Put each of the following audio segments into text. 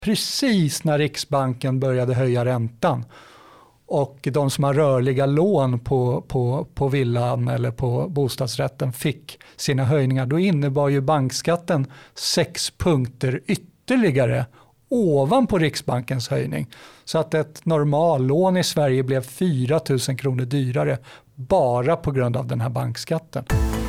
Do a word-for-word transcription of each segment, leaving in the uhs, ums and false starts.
precis när Riksbanken började höja räntan. Och de som har rörliga lån på, på, på villan eller på bostadsrätten fick sina höjningar. Då innebar ju bankskatten sex punkter ytterligare ovanpå Riksbankens höjning. Så att ett normallån i Sverige blev fyra tusen kronor dyrare bara på grund av den här bankskatten.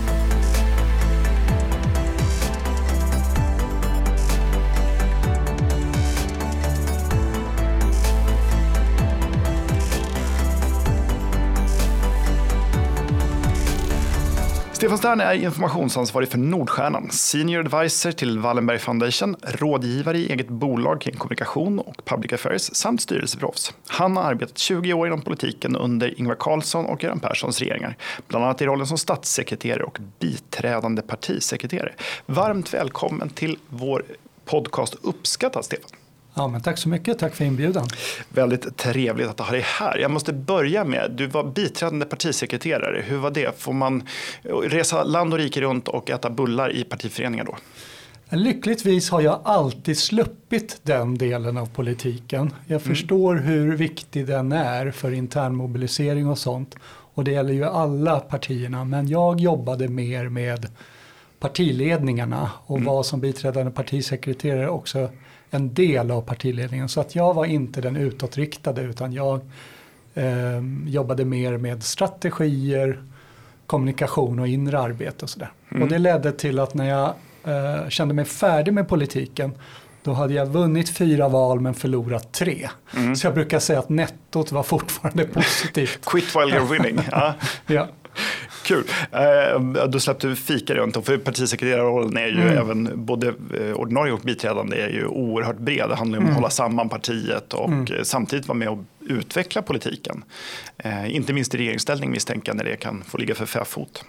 Stefan Stern är informationsansvarig för Nordstjärnan, senior advisor till Wallenberg Foundation, rådgivare i eget bolag kring kommunikation och public affairs samt styrelseproffs. Han har arbetat tjugo år inom politiken under Ingvar Carlsson och Göran Perssons regeringar, bland annat i rollen som statssekreterare och biträdande partisekreterare. Varmt välkommen till vår podcast. Uppskattat, Stefan. Ja, men tack så mycket. Tack för inbjudan. Väldigt trevligt att ha dig här. Jag måste börja med, du var biträdande partisekreterare. Hur var det? Får man resa land och rike runt och äta bullar i partiföreningar då? Lyckligtvis har jag alltid sluppit den delen av politiken. Jag mm. förstår hur viktig den är för intern mobilisering och sånt. Och det gäller ju alla partierna. Men jag jobbade mer med partiledningarna och mm. var som biträdande partisekreterare också en del av partiledningen. Så att jag var inte den utåtriktade, utan jag eh, jobbade mer med strategier, kommunikation och inre arbete och sådär. Mm. Och det ledde till att när jag eh, kände mig färdig med politiken, då hade jag vunnit fyra val men förlorat tre. Mm. Så jag brukar säga att nettot var fortfarande positivt. Quit while you're winning. Ja. Ja. Kul. Eh, då släppte du fika runt, och för partisekreterarrollen är ju mm. även både ordinarie och biträdande är ju oerhört bred. Det handlar om mm. att hålla samman partiet och mm. samtidigt vara med och utveckla politiken. Eh, inte minst i regeringsställning misstänker när det kan få ligga för fäfot.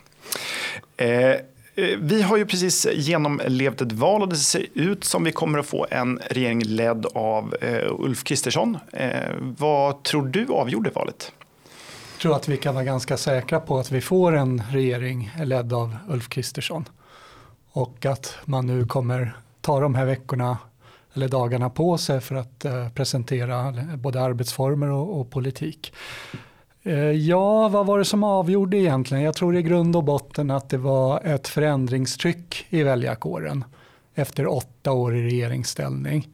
Eh, Vi har ju precis genomlevt ett val och det ser ut som vi kommer att få en regering ledd av eh, Ulf Kristersson. Eh, vad tror du avgjorde valet? Jag tror att vi kan vara ganska säkra på att vi får en regering ledd av Ulf Kristersson. Och att man nu kommer ta de här veckorna eller dagarna på sig för att eh, presentera både arbetsformer och, och politik. Eh, ja, vad var det som avgjorde egentligen? Jag tror i grund och botten att det var ett förändringstryck i väljarkåren efter åtta år i regeringsställning.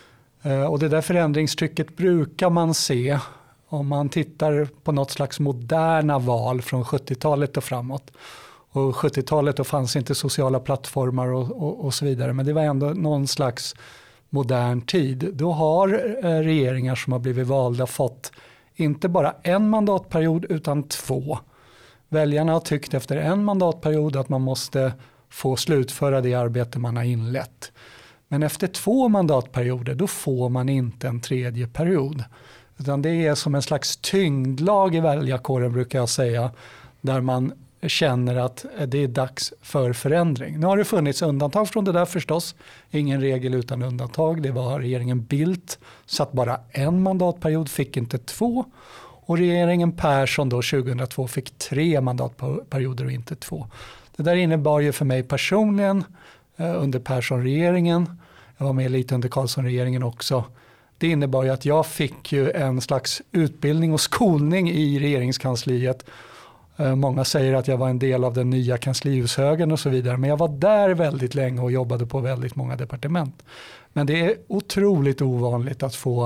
Eh, och det där förändringstrycket brukar man se om man tittar på något slags moderna val från sjuttiotalet och framåt. Och sjuttiotalet då fanns inte sociala plattformar och, och, och så vidare. Men det var ändå någon slags modern tid. Då har eh, regeringar som har blivit valda fått inte bara en mandatperiod utan två. Väljarna har tyckt efter en mandatperiod att man måste få slutföra det arbete man har inlett. Men efter två mandatperioder då får man inte en tredje period. Utan det är som en slags tyngdlag i väljarkåren brukar jag säga. Där man känner att det är dags för förändring. Nu har det funnits undantag från det där förstås. Ingen regel utan undantag. Det var regeringen Bildt. Satt bara en mandatperiod, fick inte två. Och regeringen Persson då tjugohundratvå fick tre mandatperioder och inte två. Det där innebar ju för mig personligen under Persson-regeringen. Jag var med lite under Carlsson-regeringen också. Det innebar ju att jag fick ju en slags utbildning och skolning i regeringskansliet. Många säger att jag var en del av den nya kanslihushögen och så vidare. Men jag var där väldigt länge och jobbade på väldigt många departement. Men det är otroligt ovanligt att få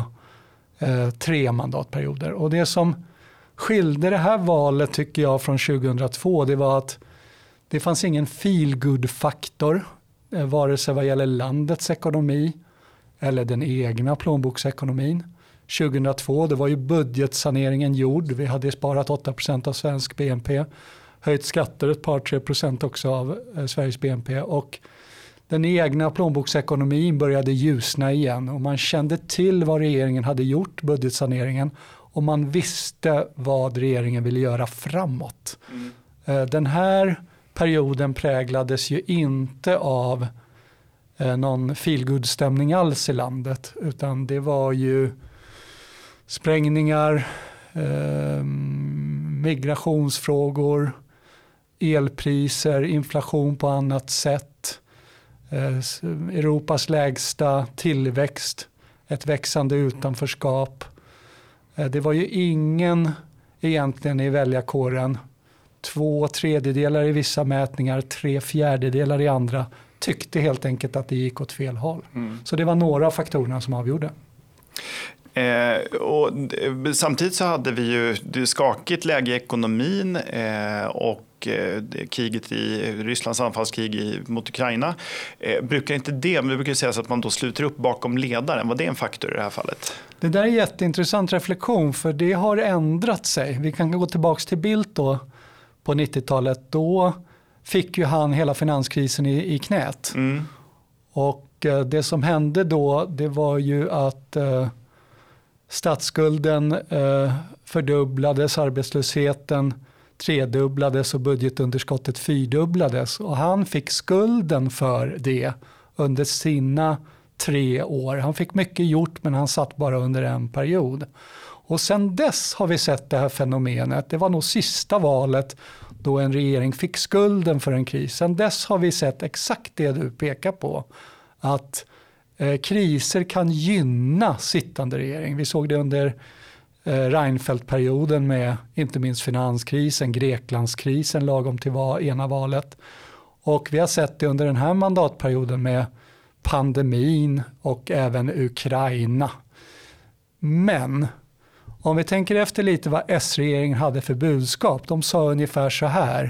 eh, tre mandatperioder. Och det som skilde det här valet tycker jag från tjugohundratvå, det var att det fanns ingen feel-good-faktor. Eh, vare sig vad gäller landets ekonomi eller den egna plånboksekonomin. tjugohundratvå, det var ju budgetsaneringen gjord. Vi hade sparat åtta procent av svensk B N P. Höjt skatter ett par, tre procent också av eh, Sveriges B N P. Och den egna plånboksekonomin började ljusna igen. Och man kände till vad regeringen hade gjort, budgetsaneringen. Och man visste vad regeringen ville göra framåt. Mm. Eh, den här perioden präglades ju inte av eh, någon feel-good-stämning alls i landet. Utan det var ju sprängningar, eh, migrationsfrågor, elpriser, inflation på annat sätt, eh, Europas lägsta tillväxt, ett växande utanförskap. Det var ju ingen egentligen i väljarkåren, två tredjedelar i vissa mätningar, tre fjärdedelar i andra, tyckte helt enkelt att det gick åt fel håll. Mm. Så det var några av faktorerna som avgjorde. Eh, och samtidigt så hade vi ju det skakigt läge i ekonomin eh, och eh, kriget i Rysslands anfallskrig i, mot Ukraina. Eh, brukar inte det, men det brukar sägas att man då sluter upp bakom ledaren. Var det en faktor i det här fallet? Det där är en jätteintressant reflektion, för det har ändrat sig. Vi kan gå tillbaka till Bildt då på nittiotalet. Då fick ju han hela finanskrisen i, i knät. Mm. Och eh, det som hände då, det var ju att eh, statsskulden eh, fördubblades, arbetslösheten tredubblades och budgetunderskottet fyrdubblades. Och han fick skulden för det under sina tre år. Han fick mycket gjort, men han satt bara under en period. Och sen dess har vi sett det här fenomenet. Det var nog sista valet då en regering fick skulden för en kris. Sen dess har vi sett exakt det du pekar på. Att eh, kriser kan gynna sittande regering. Vi såg det under eh, Reinfeldt-perioden med inte minst finanskrisen, Greklandskrisen lagom till var, ena valet. Och vi har sett det under den här mandatperioden med pandemin och även Ukraina. Men om vi tänker efter lite vad S-regeringen hade för budskap. De sa ungefär så här: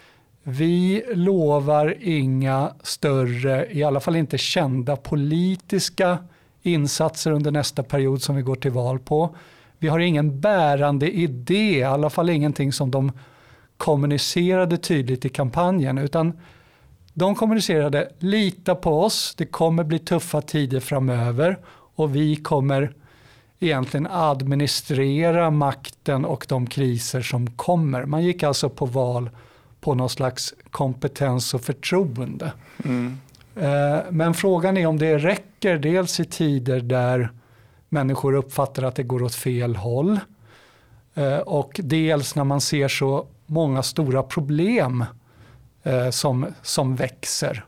vi lovar inga större, i alla fall inte kända politiska insatser under nästa period som vi går till val på. Vi har ingen bärande idé, i alla fall ingenting som de kommunicerade tydligt i kampanjen, utan de kommunicerade: lita på oss, det kommer bli tuffa tider framöver och vi kommer egentligen administrera makten och de kriser som kommer. Man gick alltså på val på någon slags kompetens och förtroende. Mm. Men frågan är om det räcker, dels i tider där människor uppfattar att det går åt fel håll och dels när man ser så många stora problem som, som växer.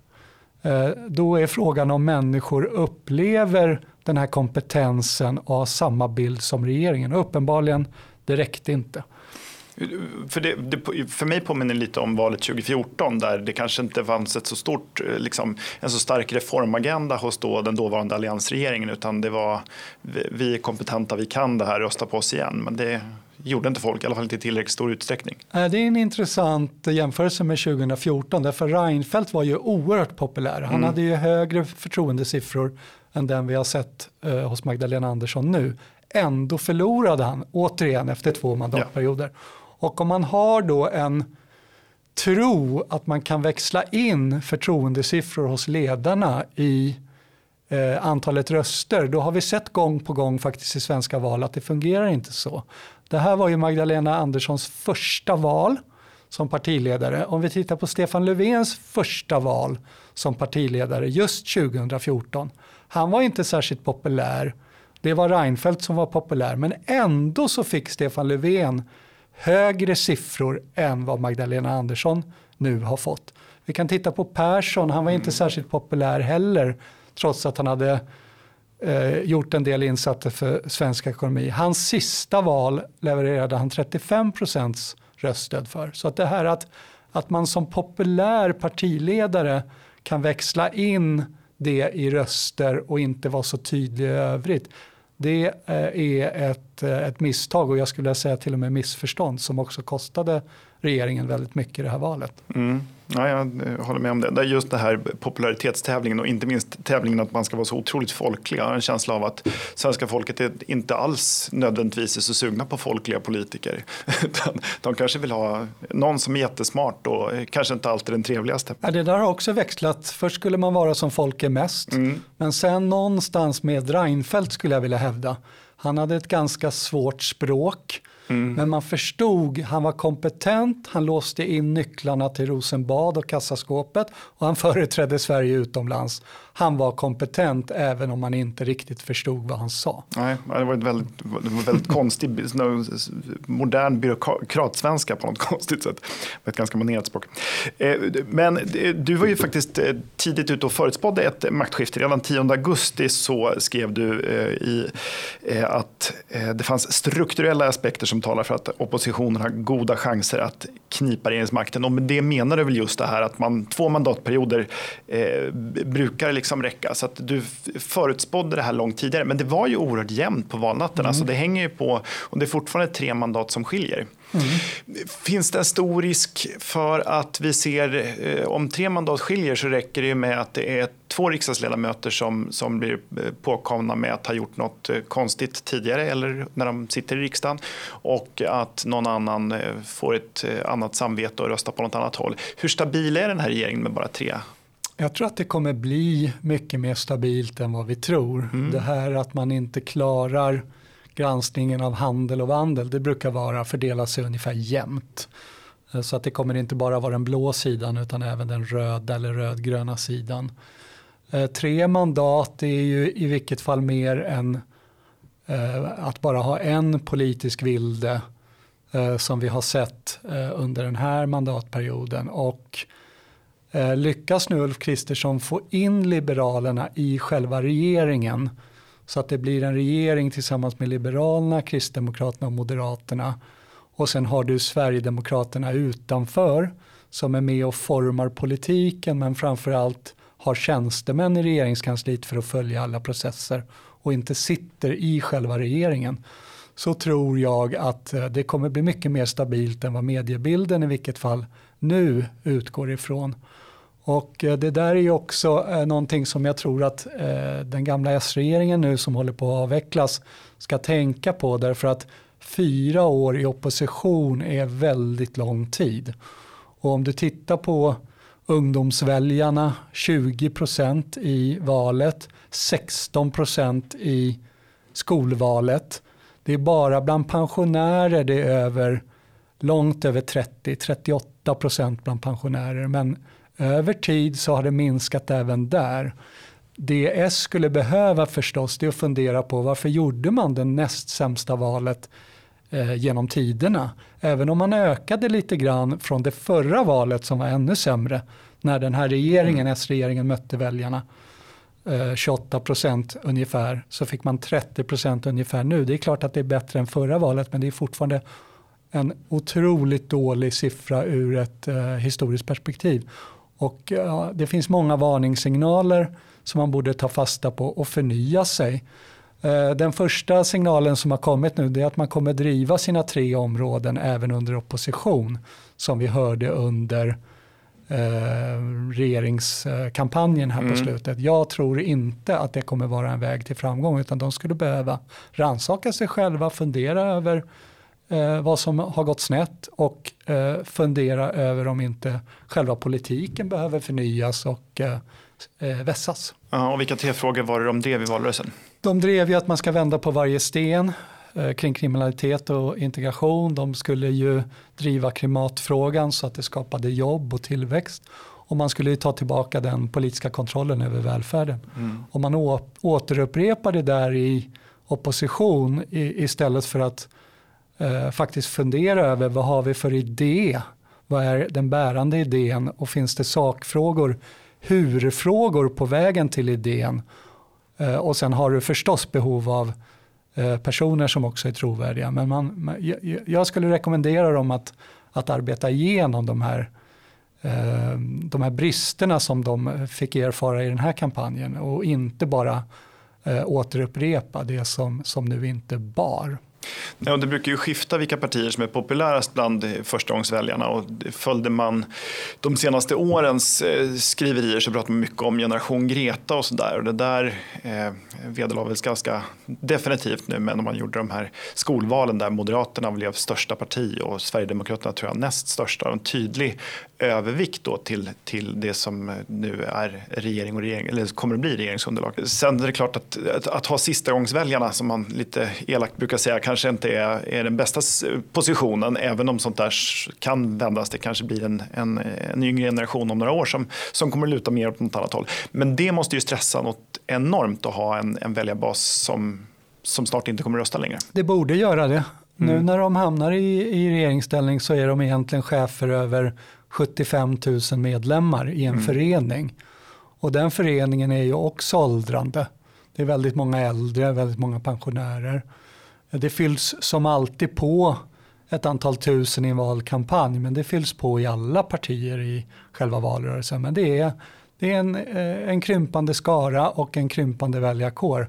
Då är frågan om människor upplever den här kompetensen och har samma bild som regeringen. Och uppenbarligen, det räckte inte. För, det, det, för mig påminner lite om valet tjugo fjorton där det kanske inte fanns ett så stort, liksom, en så stark reformagenda hos då den dåvarande alliansregeringen, utan det var vi, vi är kompetenta, vi kan det här, rösta på oss igen. Men det gjorde inte folk, i alla fall inte i tillräckligt stor utsträckning. Det är en intressant jämförelse med tjugo fjorton, därför Reinfeldt var ju oerhört populär. Han mm. hade ju högre förtroendesiffror än den vi har sett eh, hos Magdalena Andersson nu. Ändå förlorade han återigen efter två mandatperioder. Ja. Och om man har då en tro att man kan växla in förtroendesiffror hos ledarna i eh, antalet röster, då har vi sett gång på gång faktiskt i svenska val att det fungerar inte så. Det här var ju Magdalena Anderssons första val som partiledare. Om vi tittar på Stefan Löfvens första val som partiledare just tjugo fjorton. Han var inte särskilt populär. Det var Reinfeldt som var populär, men ändå så fick Stefan Löfven högre siffror än vad Magdalena Andersson nu har fått. Vi kan titta på Persson, han var inte mm. särskilt populär heller, trots att han hade eh, gjort en del insatser för svensk ekonomi. Hans sista val levererade han trettiofem procents röststöd för. Så att det här att, att man som populär partiledare kan växla in det i röster och inte vara så tydlig i övrigt, det är ett, ett misstag och jag skulle säga till och med missförstånd som också kostade regeringen väldigt mycket i det här valet. Mm. Ja, jag håller med om det. Det är just det här popularitetstävlingen och inte minst tävlingen att man ska vara så otroligt folklig. Jag har en känsla av att svenska folket är inte alls nödvändigtvis är så sugna på folkliga politiker. De kanske vill ha någon som är jättesmart och kanske inte alltid den trevligaste. Ja, det där har också växlat. Först skulle man vara som folk är mest. Mm. Men sen någonstans med Reinfeldt skulle jag vilja hävda. Han hade ett ganska svårt språk. Mm. Men man förstod, han var kompetent, han låste in nycklarna till Rosenbad och kassaskåpet och han företrädde Sverige utomlands. Han var kompetent även om man inte riktigt förstod vad han sa. Nej, det var ett väldigt, det var väldigt konstig, modern byråkratsvenska på något konstigt sätt. Ett ganska manerat språk. Men du var ju faktiskt tidigt ute och förutspådde ett maktskifte. Redan tionde augusti så skrev du i att det fanns strukturella aspekter som talar för att oppositionen har goda chanser att knipa regeringsmakten. Och med det menar du väl just det här att man två mandatperioder eh, brukar liksom räcka. Så att du förutspådde det här långt tidigare. Men det var ju oerhört jämnt på valnatten. Mm. Alltså det hänger ju på, och det är fortfarande tre mandat som skiljer. Mm. Finns det en stor risk för att vi ser, eh, om tre mandat skiljer så räcker det ju med att det är två riksdagsledamöter som, som blir påkomna med att ha gjort något konstigt tidigare eller när de sitter i riksdagen och att någon annan får ett annat samvete och röstar på något annat håll. Hur stabil är den här regeringen med bara tre? Jag tror att det kommer bli mycket mer stabilt än vad vi tror. Mm. Det här att man inte klarar granskningen av handel och vandel, det brukar vara fördela sig ungefär jämnt. Så att det kommer inte bara vara den blå sidan utan även den röda eller rödgröna sidan. Eh, tre mandat är ju i vilket fall mer än eh, att bara ha en politisk vilde eh, som vi har sett eh, under den här mandatperioden. Och eh, lyckas nu Ulf Kristersson få in Liberalerna i själva regeringen så att det blir en regering tillsammans med Liberalerna, Kristdemokraterna och Moderaterna. Och sen har du Sverigedemokraterna utanför som är med och formar politiken men framförallt har tjänstemän i regeringskansliet för att följa alla processer och inte sitter i själva regeringen. Så tror jag att det kommer bli mycket mer stabilt än vad mediebilden i vilket fall nu utgår ifrån. Och det där är ju också någonting som jag tror att den gamla S-regeringen nu som håller på att avvecklas ska tänka på därför att fyra år i opposition är väldigt lång tid. Och om du tittar på ungdomsväljarna, tjugo procent i valet, sexton procent i skolvalet. Det är bara bland pensionärer det är över, långt över trettio, trettioåtta procent bland pensionärer. Men över tid så har det minskat även där. Det S skulle behöva förstås det är att fundera på varför gjorde man det näst sämsta valet eh, genom tiderna. Även om man ökade lite grann från det förra valet som var ännu sämre när den här regeringen, mm. S-regeringen mötte väljarna. Eh, tjugoåtta procent ungefär så fick man trettio procent ungefär nu. Det är klart att det är bättre än förra valet men det är fortfarande en otroligt dålig siffra ur ett eh, historiskt perspektiv. Och ja, det finns många varningssignaler som man borde ta fasta på och förnya sig. Eh, den första signalen som har kommit nu är att man kommer driva sina tre områden även under opposition som vi hörde under eh, regeringskampanjen här mm. på slutet. Jag tror inte att det kommer vara en väg till framgång utan de skulle behöva rannsaka sig själva, fundera över eh, vad som har gått snett och eh, fundera över om inte själva politiken behöver förnyas och eh, vässas. Ja, och vilka tre frågor var det de drev i valrörelsen? De drev ju att man ska vända på varje sten eh, kring kriminalitet och integration. De skulle ju driva klimatfrågan så att det skapade jobb och tillväxt. Och man skulle ju ta tillbaka den politiska kontrollen över välfärden. Mm. Och man å- återupprepade där i opposition i, istället för att eh, faktiskt fundera över vad har vi för idé? Vad är den bärande idén? Och finns det sakfrågor hur-frågor på vägen till idén eh, och sen har du förstås behov av eh, personer som också är trovärdiga. Men man, man, jag, jag skulle rekommendera dem att, att arbeta igenom de här, eh, de här bristerna som de fick erfara i den här kampanjen och inte bara eh, återupprepa det som, som nu inte bar. Ja, det brukar ju skifta vilka partier som är populärast bland förstagångsväljarna, och följde man de senaste årens skriverier så pratar man mycket om generation Greta och sådär, och det där eh, vederlades ganska definitivt nu, men om man gjorde de här skolvalen där Moderaterna blev största parti och Sverigedemokraterna tror jag näst största, en tydlig övervikt då till, till det som nu är regering och regering, eller kommer att bli regeringsunderlag. Sen är det klart att, att, att ha sista gångsväljarna, som man lite elakt brukar säga, kanske inte är, är den bästa positionen, även om sånt där kan vändas. Det kanske blir en, en, en yngre generation om några år som, som kommer att luta mer åt något annat håll. Men det måste ju stressa något enormt att ha en, en väljarbas som, som snart inte kommer att rösta längre. Det borde göra det. Mm. Nu när de hamnar i, i regeringsställning så är de egentligen chefer över sjuttiofem tusen medlemmar i en mm. förening. Och den föreningen är ju också åldrande. Det är väldigt många äldre, väldigt många pensionärer. Det fylls som alltid på ett antal tusen i en valkampanj, men det fylls på i alla partier i själva valrörelsen. Men det är, det är en, en krympande skara och en krympande väljarkår.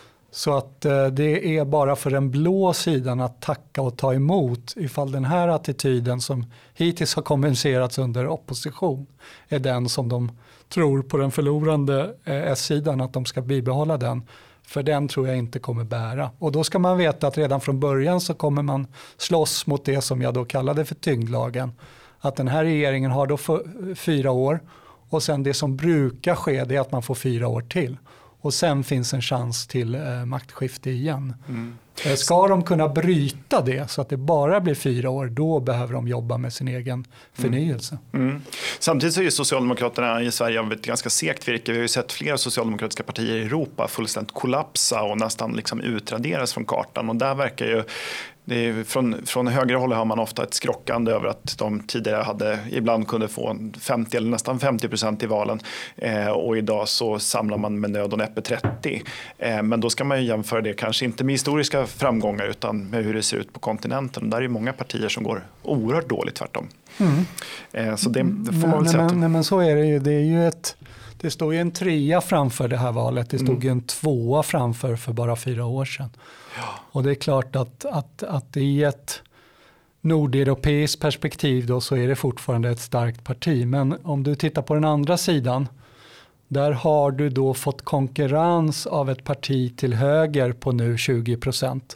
Så att det är bara för den blå sidan att tacka och ta emot ifall den här attityden som hittills har kommunicerats under opposition är den som de tror på den förlorande S-sidan, att de ska bibehålla den. För den tror jag inte kommer bära. Och då ska man veta att redan från början så kommer man slåss mot det som jag då kallade för tyngdlagen. Att den här regeringen har då för, fyra år, och sen det som brukar ske det är att man får fyra år till. Och sen finns en chans till eh, maktskifte igen. Mm. Ska de kunna bryta det så att det bara blir fyra år, då behöver de jobba med sin egen förnyelse. Mm. Mm. Samtidigt så är ju Socialdemokraterna i Sverige av ett ganska segt virke. Vi har ju sett flera socialdemokratiska partier i Europa fullständigt kollapsa och nästan liksom utraderas från kartan. Och där verkar ju det är, från, från högra håll har man ofta ett skrockande över att de tidigare hade, ibland kunde få femtio eller nästan femtio procent i valen, eh, och idag så samlar man med nöd och näppe trettio. Eh, men då ska man ju jämföra det kanske inte med historiska framgångar utan med hur det ser ut på kontinenten. Och där är ju många partier som går oerhört dåligt tvärtom. Mm. Eh, så det, det får man väl nej, säga. Men, nej, men så är det ju. Det är ju ett... Det stod ju en trea framför det här valet. Det stod mm. ju en tvåa framför för bara fyra år sedan. Ja. Och det är klart att, att, att i ett nordeuropeiskt perspektiv då så är det fortfarande ett starkt parti. Men om du tittar på den andra sidan, där har du då fått konkurrens av ett parti till höger på nu tjugo procent.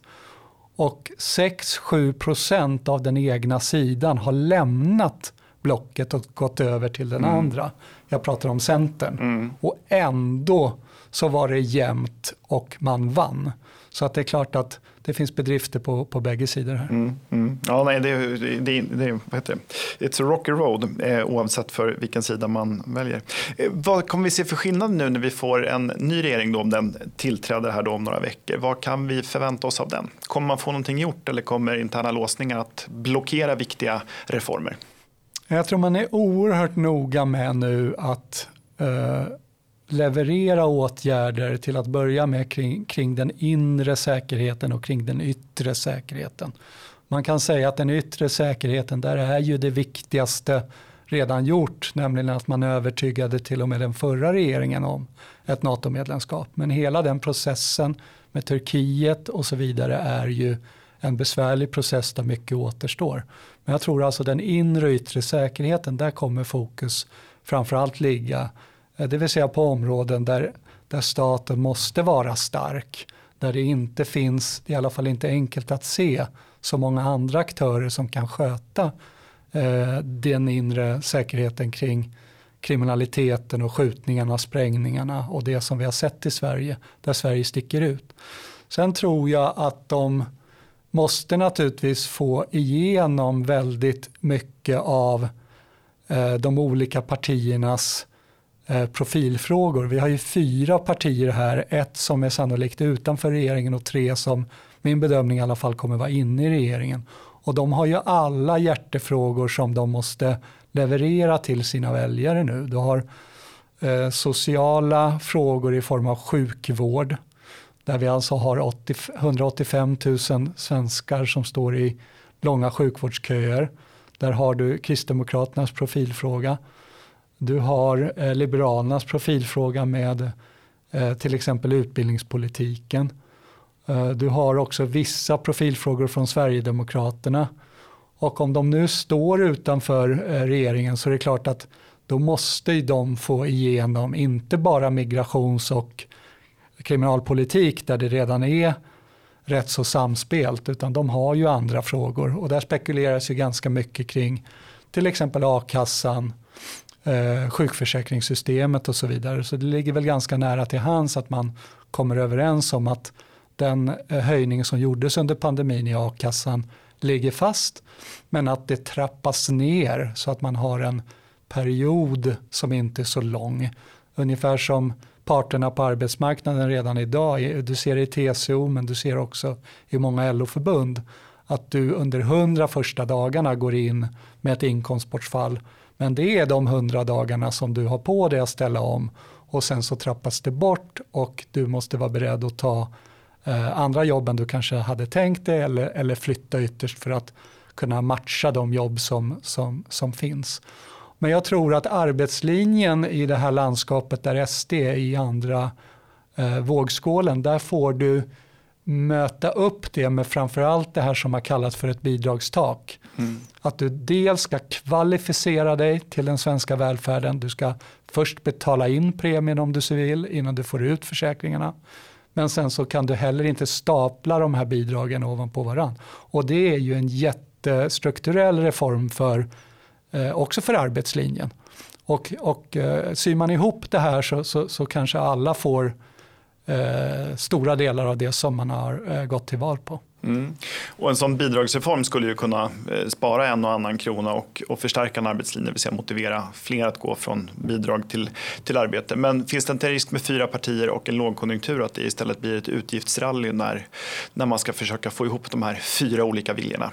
Och sex till sju procent av den egna sidan har lämnat blocket och gått över till den mm. andra. Jag pratar om Centern. Mm. Och ändå så var det jämnt och man vann. Så att det är klart att det finns bedrifter på, på bägge sidor här. Mm, mm. Ja, nej, det, det, det, det, vad heter det? It's a rocky road eh, oavsett för vilken sida man väljer. Eh, vad kommer vi se för skillnad nu när vi får en ny regering då, om den tillträder här då om några veckor? Vad kan vi förvänta oss av den? Kommer man få någonting gjort eller kommer interna låsningar att blockera viktiga reformer? Jag tror man är oerhört noga med nu att eh, leverera åtgärder till att börja med kring, kring den inre säkerheten och kring den yttre säkerheten. Man kan säga att den yttre säkerheten, där är ju det viktigaste redan gjort, nämligen att man övertygade till och med den förra regeringen om ett NATO-medlemskap. Men hela den processen med Turkiet och så vidare är ju en besvärlig process där mycket återstår. Men jag tror alltså den inre och yttre säkerheten, där kommer fokus framförallt ligga. Det vill säga på områden där, där staten måste vara stark. Där det inte finns, i alla fall inte enkelt att se, så många andra aktörer som kan sköta eh, den inre säkerheten kring kriminaliteten och skjutningarna, sprängningarna och det som vi har sett i Sverige, där Sverige sticker ut. Sen tror jag att de måste naturligtvis få igenom väldigt mycket av eh, de olika partiernas eh, profilfrågor. Vi har ju fyra partier här, ett som är sannolikt utanför regeringen och tre som min bedömning i alla fall kommer vara inne i regeringen. Och de har ju alla hjärtefrågor som de måste leverera till sina väljare nu. Du har eh, sociala frågor i form av sjukvård, där vi alltså har åttio, hundraåttiofem tusen svenskar som står i långa sjukvårdsköer. Där har du Kristdemokraternas profilfråga. Du har eh, Liberalernas profilfråga med eh, till exempel utbildningspolitiken. Du har också vissa profilfrågor från Sverigedemokraterna. Och om de nu står utanför regeringen så är det klart att då måste de få igenom inte bara migrations- och kriminalpolitik där det redan är rätt så samspelt, utan de har ju andra frågor. Och där spekuleras ju ganska mycket kring till exempel a-kassan, eh, sjukförsäkringssystemet och så vidare. Så det ligger väl ganska nära till hands att man kommer överens om att den eh, höjning som gjordes under pandemin i a-kassan ligger fast, men att det trappas ner så att man har en period som inte är så lång. Ungefär som parterna på arbetsmarknaden redan idag, du ser det i T C O men du ser också i många L O-förbund, att du under hundra första dagarna går in med ett inkomstbortfall. Men det är de hundra dagarna som du har på dig att ställa om och sen så trappas det bort och du måste vara beredd att ta eh, andra jobb än du kanske hade tänkt dig eller, eller flytta ytterst för att kunna matcha de jobb som, som, som finns. Men jag tror att arbetslinjen i det här landskapet där S D är i andra eh, vågskålen, där får du möta upp det med framförallt det här som har kallats för ett bidragstak. Mm. Att du dels ska kvalificera dig till den svenska välfärden. Du ska först betala in premien om du så vill innan du får ut försäkringarna. Men sen så kan du heller inte stapla de här bidragen ovanpå varann. Och det är ju en jättestrukturell reform för Eh, också för arbetslinjen. Och, och eh, syr man ihop det här så, så, så kanske alla får eh, stora delar av det som man har eh, gått till val på. Mm. Och en sån bidragsreform skulle ju kunna eh, spara en och annan krona och, och förstärka en arbetslinje, det vill säga motivera fler att gå från bidrag till, till arbete. Men finns det inte risk med fyra partier och en lågkonjunktur att det istället blir ett utgiftsrally när, när man ska försöka få ihop de här fyra olika viljorna?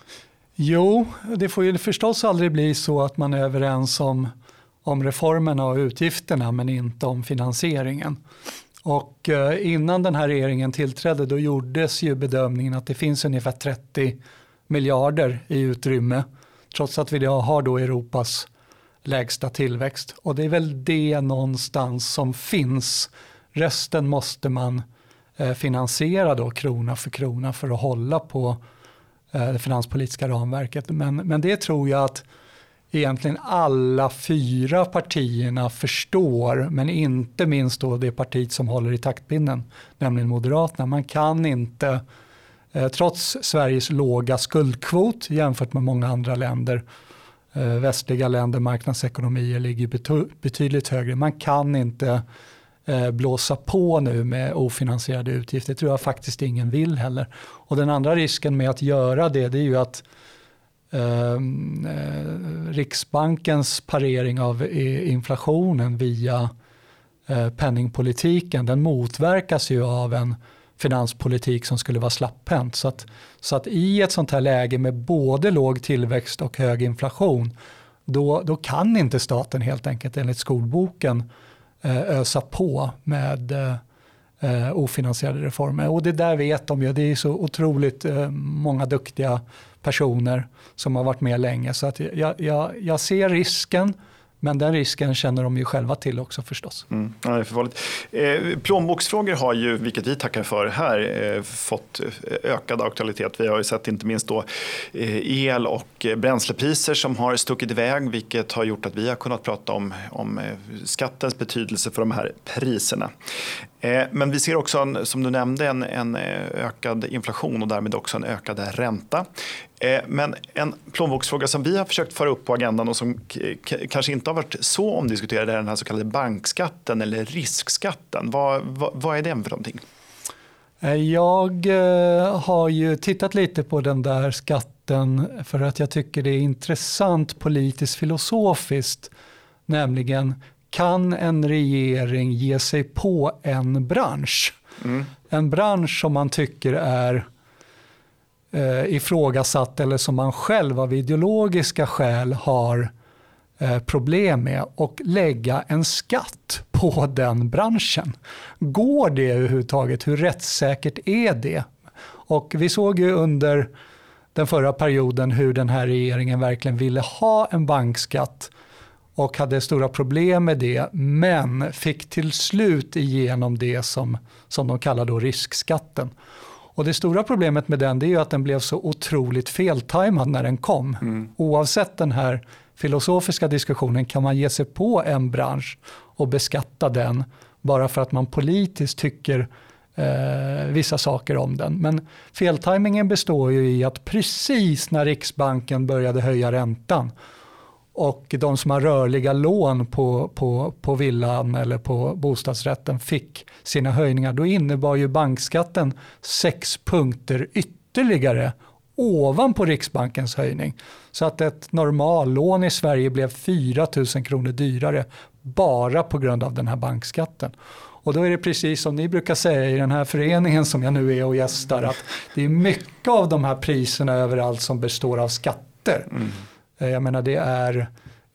Jo, det får ju förstås aldrig bli så att man är överens om, om reformerna och utgifterna men inte om finansieringen. Och eh, innan den här regeringen tillträdde då gjordes ju bedömningen att det finns ungefär trettio miljarder i utrymme trots att vi har då Europas lägsta tillväxt. Och det är väl det någonstans som finns. Resten måste man eh, finansiera då krona för krona för att hålla på det finanspolitiska ramverket. Men, men det tror jag att egentligen alla fyra partierna förstår, men inte minst då det partiet som håller i taktpinnen, nämligen Moderaterna. Man kan inte, eh, trots Sveriges låga skuldkvot jämfört med många andra länder, eh, västliga länder, marknadsekonomier ligger bety- betydligt högre. Man kan inte eh, blåsa på nu med ofinansierade utgifter. Det tror jag faktiskt ingen vill heller. Och den andra risken med att göra det, det är ju att eh, Riksbankens parering av inflationen via eh, penningpolitiken, den motverkas ju av en finanspolitik som skulle vara slapphänt. Så att, så att i ett sånt här läge med både låg tillväxt och hög inflation, då, då kan inte staten helt enkelt enligt skolboken eh, ösa på med eh, ofinansierade reformer. Och det där vet de ju, det är så otroligt eh, många duktiga personer som har varit med länge. Så att jag, jag, jag ser risken, men den risken känner de ju själva till också förstås. Mm, ja, det är för farligt. Eh, plånboksfrågor har ju, vilket vi tackar för här, eh, fått ökad aktualitet. Vi har ju sett inte minst då eh, el- och bränslepriser som har stuckit iväg, vilket har gjort att vi har kunnat prata om, om eh, skattens betydelse för de här priserna. Eh, men vi ser också, en, som du nämnde, en, en ökad inflation och därmed också en ökad ränta. Men en plånboksfråga som vi har försökt föra upp på agendan och som k- k- kanske inte har varit så omdiskuterad är den här så kallade bankskatten eller riskskatten. Vad, vad, vad är den för någonting? Jag har ju tittat lite på den där skatten för att jag tycker det är intressant politiskt filosofiskt. Nämligen, kan en regering ge sig på en bransch? Mm. En bransch som man tycker är ifrågasatt eller som man själv av ideologiska skäl har eh, problem med och lägga en skatt på den branschen. Går det överhuvudtaget? Hur rättssäkert är det? Och vi såg ju under den förra perioden hur den här regeringen verkligen ville ha en bankskatt och hade stora problem med det, men fick till slut igenom det som, som de kallar då riskskatten. Och det stora problemet med den det är ju att den blev så otroligt feltajmad när den kom. Mm. Oavsett den här filosofiska diskussionen kan man ge sig på en bransch och beskatta den bara för att man politiskt tycker eh, vissa saker om den. Men feltajmingen består ju i att precis när Riksbanken började höja räntan och de som har rörliga lån på, på, på villan eller på bostadsrätten fick sina höjningar, då innebar ju bankskatten sex punkter ytterligare ovanpå Riksbankens höjning. Så att ett normallån i Sverige blev fyra tusen kronor dyrare bara på grund av den här bankskatten. Och då är det precis som ni brukar säga i den här föreningen som jag nu är och gästar, att det är mycket av de här priserna överallt som består av skatter. Mm. Jag menar det är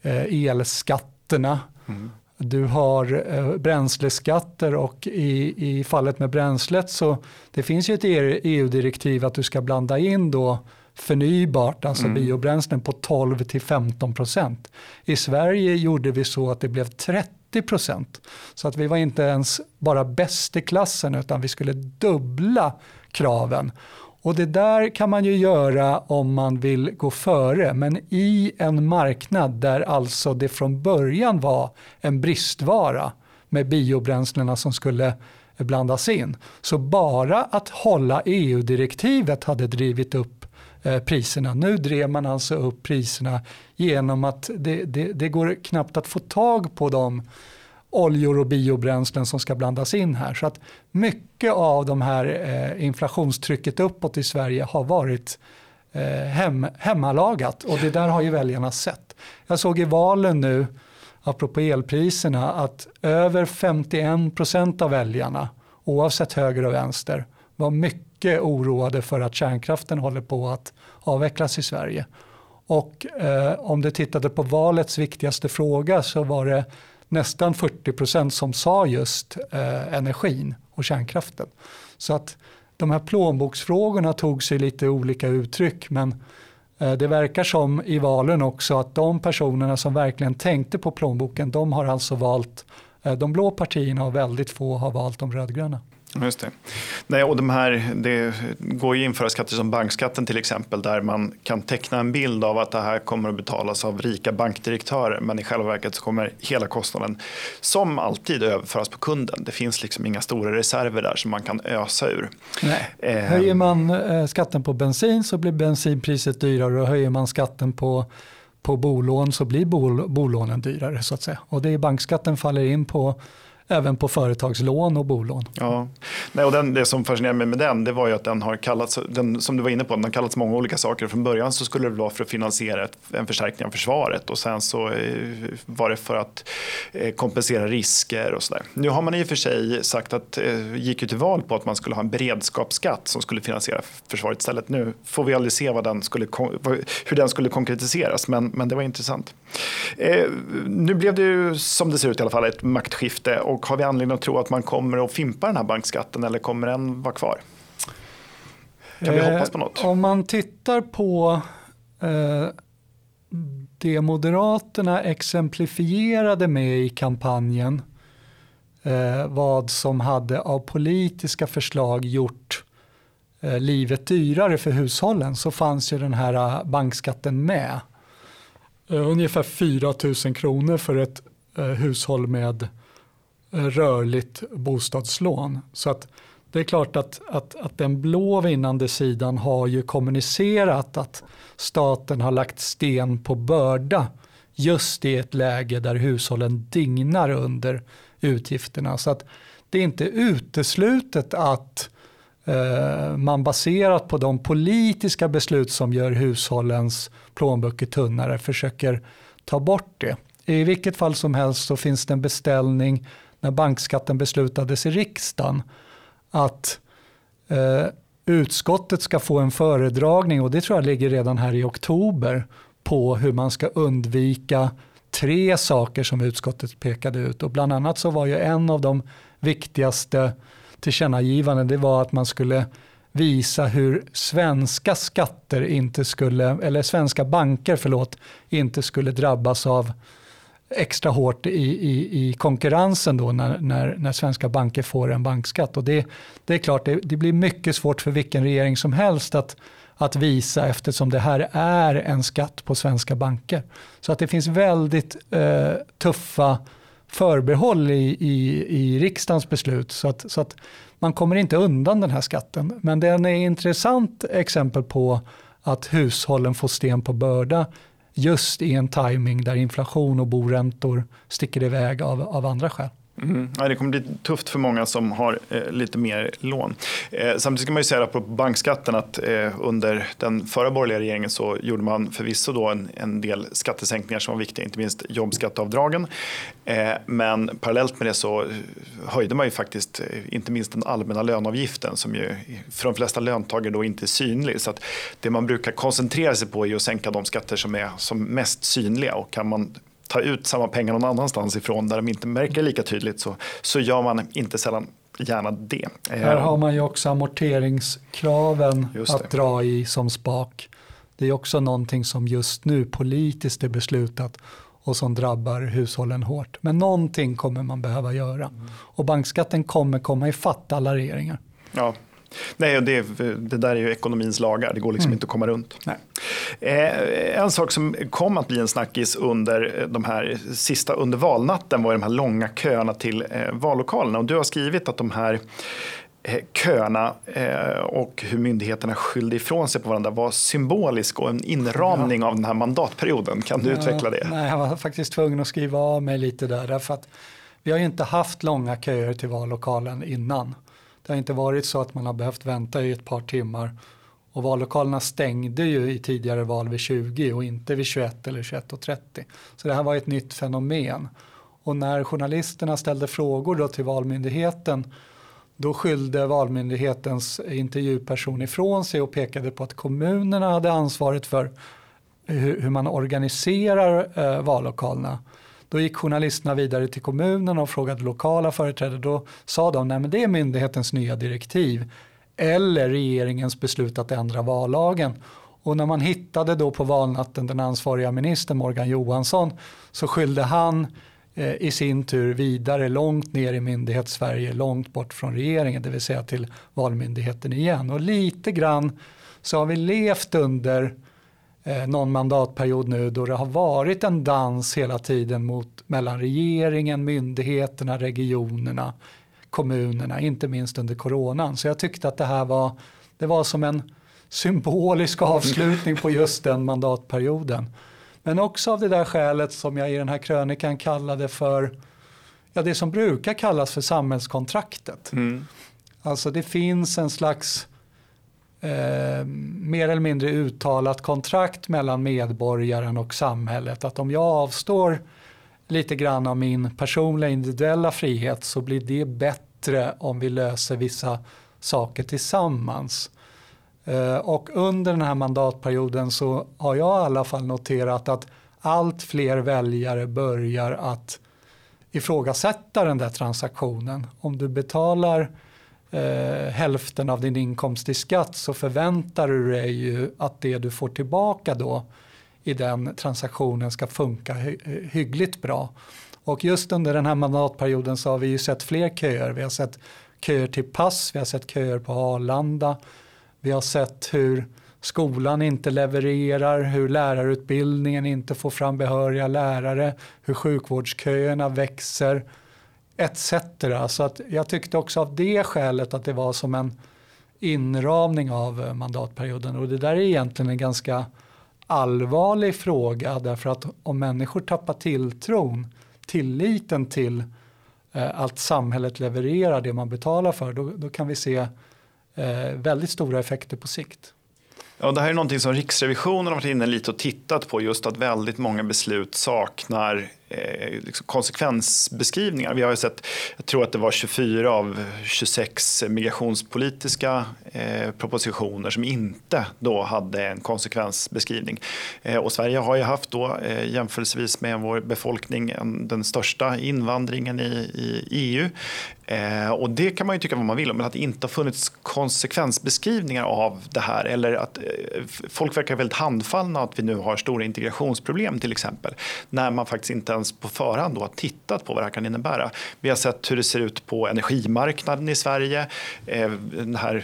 elskatterna, mm. du har bränsleskatter och i, i fallet med bränslet så det finns ju ett E U-direktiv att du ska blanda in då förnybart, alltså mm. biobränslen på tolv till femton procent. I Sverige gjorde vi så att det blev trettio procent. Så att vi var inte ens bara bäst i klassen utan vi skulle dubbla kraven. Och det där kan man ju göra om man vill gå före, men i en marknad där alltså det från början var en bristvara med biobränslena som skulle blandas in. Så bara att hålla E U-direktivet hade drivit upp eh, priserna. Nu drev man alltså upp priserna genom att det, det, det går knappt att få tag på de oljor och biobränslen som ska blandas in här. Så att mycket av de här eh, inflationstrycket uppåt i Sverige har varit eh, hem, hemmalagat och det där har ju väljarna sett. Jag såg i valen nu, apropå elpriserna, att över femtioen procent av väljarna, oavsett höger och vänster, var mycket oroade för att kärnkraften håller på att avvecklas i Sverige. Och eh, om du tittade på valets viktigaste fråga så var det nästan fyrtio procent som sa just eh, energin och kärnkraften. Så att de här plånboksfrågorna tog sig lite olika uttryck, men eh, det verkar som i valen också att de personerna som verkligen tänkte på plånboken, de har alltså valt eh, de blå partierna och väldigt få har valt de rödgröna. Just det. Nej, och de här, det går ju införa skatter som bankskatten till exempel, där man kan teckna en bild av att det här kommer att betalas av rika bankdirektörer, men i själva verket så kommer hela kostnaden som alltid överföras på kunden. Det finns liksom inga stora reserver där som man kan ösa ur. Nej. Eh. Höjer man eh, skatten på bensin så blir bensinpriset dyrare och höjer man skatten på på bolån så blir bol, bolånen dyrare så att säga. Och det är bankskatten faller in på även på företagslån och bolån. Ja. Nej, och den, det som fascinerar mig med den, det var ju att den har kallats, den, som du var inne på, den har kallats många olika saker. Från början så skulle det vara för att finansiera ett, en förstärkning av försvaret och sen så eh, var det för att eh, kompensera risker och sådär. Nu har man i och för sig sagt att, eh, gick ju till val på att man skulle ha en beredskapsskatt som skulle finansiera försvaret istället. Nu får vi aldrig se vad den skulle, hur den skulle konkretiseras, men, men det var intressant. Eh, nu blev det ju, som det ser ut i alla fall, ett maktskifte. Och har vi anledning att tro att man kommer att fimpa den här bankskatten eller kommer den vara kvar? Kan vi eh, hoppas på något? Om man tittar på eh, det Moderaterna exemplifierade med i kampanjen, eh, vad som hade av politiska förslag gjort eh, livet dyrare för hushållen, så fanns ju den här bankskatten med. Eh, ungefär fyra tusen kronor för ett eh, hushåll med rörligt bostadslån. Så att det är klart att, att, att den blå vinnande sidan har ju kommunicerat att staten har lagt sten på börda just i ett läge där hushållen dignar under utgifterna. Så att det är inte uteslutet att eh, man baserat på de politiska beslut som gör hushållens plånböcker tunnare försöker ta bort det. I vilket fall som helst så finns det en beställning när bankskatten beslutades i riksdagen att eh, utskottet ska få en föredragning, och det tror jag ligger redan här i oktober, på hur man ska undvika tre saker som utskottet pekade ut. Och bland annat så var ju en av de viktigaste tillkännagivanden, det var att man skulle visa hur svenska skatter inte skulle, eller svenska banker förlåt, inte skulle drabbas av extra hårt i, i, i konkurrensen då när, när, när svenska banker får en bankskatt. Och det, det är klart, det, det blir mycket svårt för vilken regering som helst att, att visa, eftersom det här är en skatt på svenska banker. Så att det finns väldigt eh, tuffa förbehåll i, i, i riksdagens beslut, så att, så att man kommer inte undan den här skatten. Men den är ett intressant exempel på att hushållen får sten på börda just i en timing där inflation och boräntor sticker iväg av, av andra skäl. Mm. Ja, det kommer bli tufft för många som har eh, lite mer lån. Eh, samtidigt ska man ju säga på bankskatten att eh, under den förra borgerliga regeringen så gjorde man förvisso då en, en del skattesänkningar som var viktiga, inte minst jobbskatteavdragen. Eh, men parallellt med det så höjde man ju faktiskt eh, inte minst den allmänna löneavgiften som ju för de flesta löntagare då inte är synlig. Så att det man brukar koncentrera sig på är att sänka de skatter som är som mest synliga, och kan man ta ut samma pengar någon annanstans ifrån där de inte märker lika tydligt så, så gör man inte sällan gärna det. Här har man ju också amorteringskraven att dra i som spak. Det är också någonting som just nu politiskt är beslutat och som drabbar hushållen hårt. Men någonting kommer man behöva göra. Mm. Och bankskatten kommer komma ifatt alla regeringar. Ja. Nej, det, det där är ju ekonomins lagar, det går liksom mm. inte att komma runt. Nej. Eh, en sak som kom att bli en snackis under de här sista under valnatten var de här långa köerna till eh, vallokalerna, och du har skrivit att de här eh, köerna eh, och hur myndigheterna skyllde ifrån sig på varandra var symbolisk och en inramning ja. av den här mandatperioden. Kan du ja, utveckla det? Nej, jag var faktiskt tvungen att skriva av mig lite där, därför att vi har ju inte haft långa köer till vallokalen innan. Det har inte varit så att man har behövt vänta i ett par timmar, och vallokalerna stängde ju i tidigare val vid tjugo och inte vid tjugoett eller tjugoett och trettio. Så det här var ett nytt fenomen. Och när journalisterna ställde frågor då till Valmyndigheten, då skyllde Valmyndighetens intervjuperson ifrån sig och pekade på att kommunerna hade ansvaret för hur, hur man organiserar eh, vallokalerna. Då gick journalisterna vidare till kommunen och frågade lokala företrädare. Då sa de, nej men det är myndighetens nya direktiv eller regeringens beslut att ändra vallagen. Och när man hittade då på valnatten den ansvariga ministern Morgan Johansson, så skyllde han eh, i sin tur vidare långt ner i myndighetssverige, långt bort från regeringen, det vill säga till Valmyndigheten igen. Och lite grann så har vi levt under Eh, någon mandatperiod nu då det har varit en dans hela tiden mot, mellan regeringen, myndigheterna, regionerna, kommunerna, inte minst under coronan. Så jag tyckte att det här var, det var som en symbolisk avslutning på just den mandatperioden. Men också av det där skälet som jag i den här krönikan kallade för, ja, det som brukar kallas för samhällskontraktet. Mm. Alltså det finns en slags Eh, mer eller mindre uttalat kontrakt mellan medborgaren och samhället, att om jag avstår lite grann av min personliga individuella frihet så blir det bättre om vi löser vissa saker tillsammans. Eh, och under den här mandatperioden så har jag i alla fall noterat att allt fler väljare börjar att ifrågasätta den där transaktionen. Om du betalar Eh, hälften av din inkomst i skatt, så förväntar du dig ju att det du får tillbaka då i den transaktionen ska funka hy- hyggligt bra. Och just under den här mandatperioden så har vi ju sett fler köer. Vi har sett köer till pass, vi har sett köer på Arlanda, vi har sett hur skolan inte levererar, hur lärarutbildningen inte får fram behöriga lärare, hur sjukvårdsköerna växer et cetera. Så att jag tyckte också av det skälet att det var som en inramning av mandatperioden. Och det där är egentligen en ganska allvarlig fråga, därför att om människor tappar tilltron, tilliten till eh, att samhället levererar det man betalar för, då, då kan vi se eh, väldigt stora effekter på sikt. Ja, det här är någonting som Riksrevisionen har varit inne lite och tittat på, just att väldigt många beslut saknar eh, liksom konsekvensbeskrivningar. Vi har ju sett, jag tror att det var tjugofyra av tjugosex migrationspolitiska eh, propositioner som inte då hade en konsekvensbeskrivning. Eh, och Sverige har ju haft då eh, jämförelsevis med vår befolkning en, den största invandringen i, i E U. Eh, och det kan man ju tycka vad man vill om, men att det inte har funnits konsekvensbeskrivningar av det här, eller att eh, folk verkar väldigt handfallna att vi nu har stora integrationsproblem till exempel, när man faktiskt inte ens ens på förhand då har tittat på vad det här kan innebära. Vi har sett hur det ser ut på energimarknaden i Sverige. Den här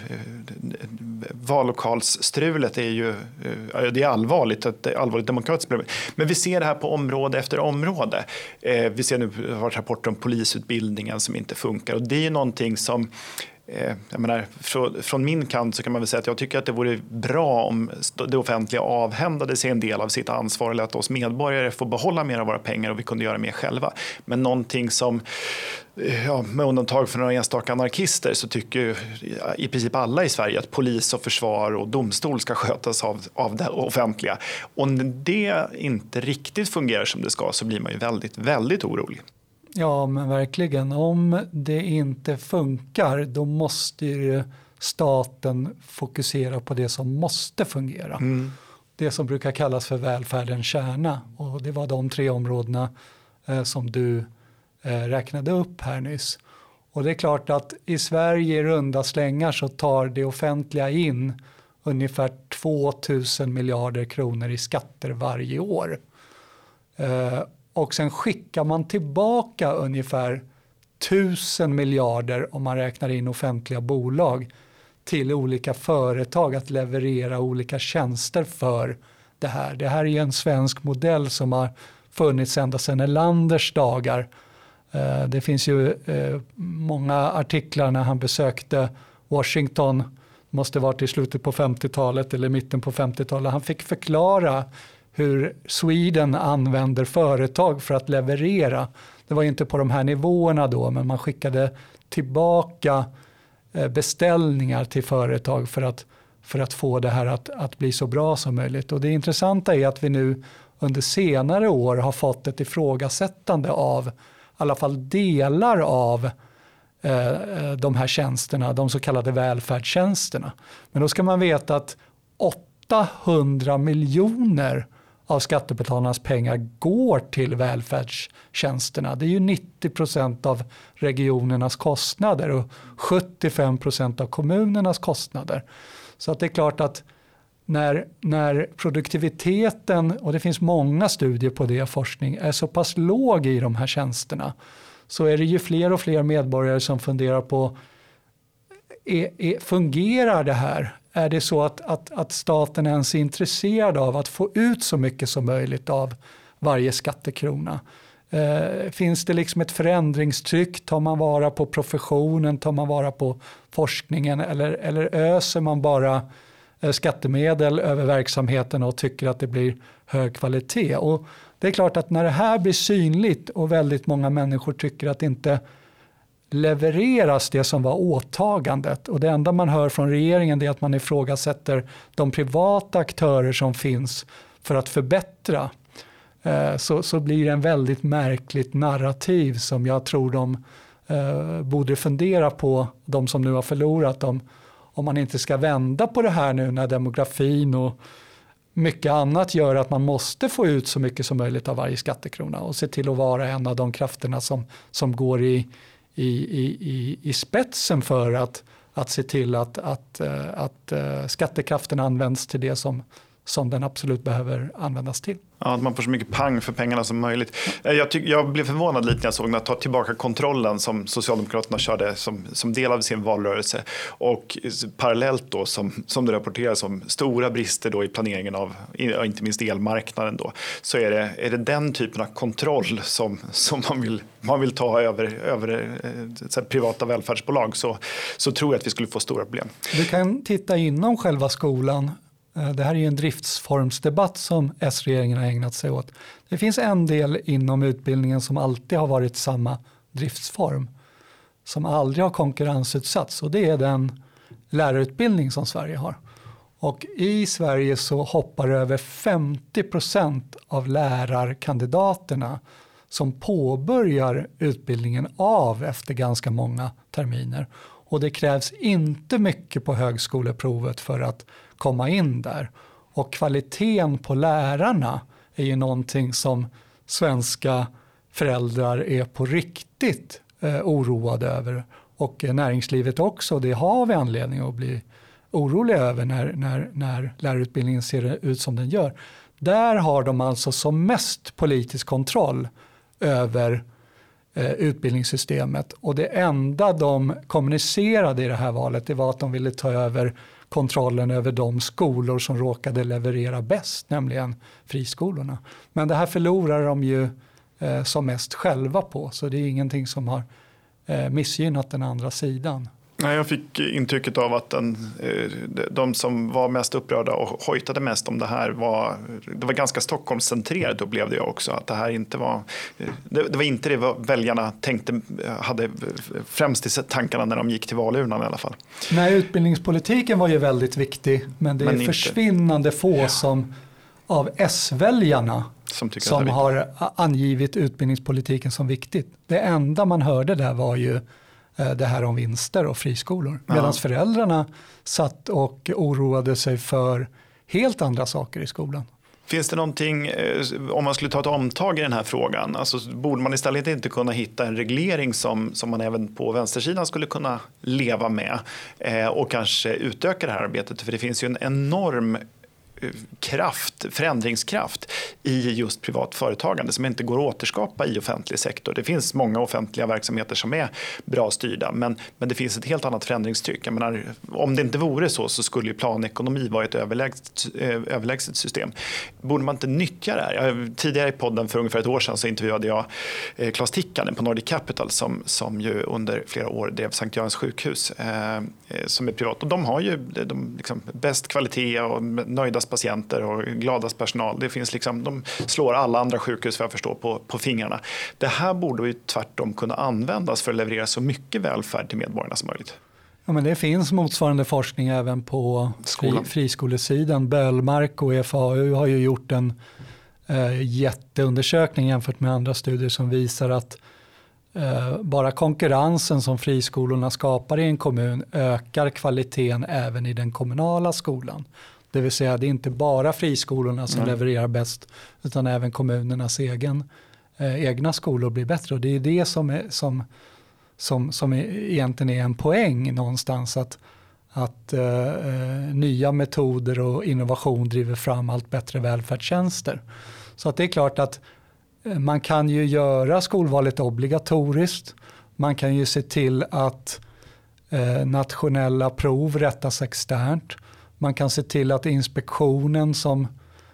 vallokalsstrulet är ju det är allvarligt, ett allvarligt demokratiskt problem. Men vi ser det här på område efter område. Vi ser nu har rapporter om polisutbildningen som inte funkar, och det är någonting som jag menar, från min kant så kan man väl säga att jag tycker att det vore bra om det offentliga avhändade sig en del av sitt ansvar, eller att oss medborgare får behålla mer av våra pengar och vi kunde göra mer själva. Men någonting som, ja, med undantag för några enstaka anarkister, så tycker i princip alla i Sverige att polis och försvar och domstol ska skötas av, av det offentliga. Och när det inte riktigt fungerar som det ska, så blir man ju väldigt, väldigt orolig. Ja, men verkligen. Om det inte funkar, då måste ju staten fokusera på det som måste fungera. Mm. Det som brukar kallas för välfärdens kärna. Och det var de tre områdena eh, som du eh, räknade upp här nyss. Och det är klart att i Sverige i runda slängar så tar det offentliga in ungefär tvåtusen miljarder kronor i skatter varje år. Eh, Och sen skickar man tillbaka ungefär tusen miljarder, om man räknar in offentliga bolag, till olika företag att leverera olika tjänster för det här. Det här är en svensk modell som har funnits ända sedan Erlanders dagar. Det finns ju många artiklar när han besökte Washington, måste varit i slutet på femtiotalet eller mitten på femtiotalet. Han fick förklara hur Sweden använder företag för att leverera. Det var inte på de här nivåerna då, men man skickade tillbaka beställningar till företag för att, för att få det här att, att bli så bra som möjligt. Och det intressanta är att vi nu under senare år har fått ett ifrågasättande av i alla fall delar av eh, de här tjänsterna, de så kallade välfärdstjänsterna. Men då ska man veta att åttahundra miljoner av skattebetalarnas pengar går till välfärdstjänsterna. Det är ju nittio procent av regionernas kostnader och sjuttiofem procent av kommunernas kostnader. Så att det är klart att när, när produktiviteten, och det finns många studier på det, forskning, är så pass låg i de här tjänsterna, så är det ju fler och fler medborgare som funderar på, är, är, fungerar det här? Är det så att, att, att staten ens är intresserad av att få ut så mycket som möjligt av varje skattekrona? Eh, finns det liksom ett förändringstryck? Tar man vara på professionen? Tar man vara på forskningen? Eller, eller öser man bara eh, skattemedel över verksamheten och tycker att det blir hög kvalitet? Och det är klart att när det här blir synligt och väldigt många människor tycker att det inte levereras det som var åtagandet, och det enda man hör från regeringen är att man ifrågasätter de privata aktörer som finns för att förbättra, eh, så, så blir det en väldigt märkligt narrativ som jag tror de eh, borde fundera på, de som nu har förlorat dem, om man inte ska vända på det här nu när demografin och mycket annat gör att man måste få ut så mycket som möjligt av varje skattekrona och se till att vara en av de krafterna som, som går i I, i, i spetsen för att, att se till att, att, att, att skattekraften används till det som, som den absolut behöver användas till. Ja, att man får så mycket pang för pengarna som möjligt. Jag, tyck, jag blev förvånad lite när jag såg när ta tillbaka kontrollen som Socialdemokraterna körde som, som del av sin valrörelse, och parallellt då som, som det rapporteras om stora brister då i planeringen av inte minst elmarknaden då, så är det, är det den typen av kontroll som, som man, vill, man vill ta över, över så här, privata välfärdsbolag, så, så tror jag att vi skulle få stora problem. Du kan titta inom själva skolan. Det här är en driftsformsdebatt som S-regeringen har ägnat sig åt. Det finns en del inom utbildningen som alltid har varit samma driftsform, som aldrig har konkurrensutsatts, och det är den lärarutbildning som Sverige har. Och i Sverige så hoppar över femtio procent av lärarkandidaterna som påbörjar utbildningen av efter ganska många terminer. Och det krävs inte mycket på högskoleprovet för att komma in där. Och kvaliteten på lärarna är ju någonting som svenska föräldrar är på riktigt eh, oroade över. Och eh, näringslivet också, det har vi anledning att bli oroliga över när, när, när lärarutbildningen ser ut som den gör. Där har de alltså som mest politisk kontroll över eh, utbildningssystemet. Och det enda de kommunicerade i det här valet, det var att de ville ta över kontrollen över de skolor som råkade leverera bäst, nämligen friskolorna. Men det här förlorar de ju eh, som mest själva på, så det är ingenting som har eh, missgynnat den andra sidan. Jag fick intrycket av att den, de som var mest upprörda och hojtade mest om det här var, det var ganska Stockholmscentrerat, upplevde jag också. Att det här inte var, det, det var inte det väljarna tänkte, hade främst i tankarna när de gick till valurnan i alla fall. Nej, utbildningspolitiken var ju väldigt viktig, men det är men försvinnande få ja. som av S-väljarna som, som har angivit utbildningspolitiken som viktigt. Det enda man hörde där var ju det här om vinster och friskolor. Medan ja. föräldrarna satt och oroade sig för helt andra saker i skolan. Finns det någonting, om man skulle ta ett omtag i den här frågan, alltså borde man istället inte kunna hitta en reglering som, som man även på vänstersidan skulle kunna leva med eh, och kanske utöka det här arbetet? För det finns ju en enorm kraft, förändringskraft i just privat företagande som inte går att återskapa i offentlig sektor. Det finns många offentliga verksamheter som är bra styrda, men, men det finns ett helt annat förändringstryck. Jag menar, om det inte vore så så skulle ju planekonomi vara ett överlägset, överlägset system. Borde man inte nyttja det här? Jag, tidigare i podden för ungefär ett år sedan så intervjuade jag eh, Claes Tikkanen på Nordic Capital som, som ju under flera år drev Sankt Görans sjukhus eh, som är privat. Och de har ju de, liksom, bäst kvalitet och nöjda patienter och gladast personal. Det finns liksom, de slår alla andra sjukhus för jag förstår på, på fingrarna. Det här borde ju tvärtom kunna användas för att leverera så mycket välfärd till medborgarna som möjligt. Ja, men det finns motsvarande forskning även på fri, friskolesidan. Böllmark och F A U har ju gjort en eh, jätteundersökning jämfört med andra studier som visar att eh, bara konkurrensen som friskolorna skapar i en kommun ökar kvaliteten även i den kommunala skolan. Det vill säga det är inte bara friskolorna som mm. levererar bäst utan även kommunernas egen, eh, egna skolor blir bättre. Och det är det som, är, som, som, som är, egentligen är en poäng någonstans. Att, att eh, nya metoder och innovation driver fram allt bättre välfärdstjänster. Så att det är klart att eh, man kan ju göra skolvalet obligatoriskt. Man kan ju se till att eh, nationella prov rättas externt. Man kan se till att inspektionen som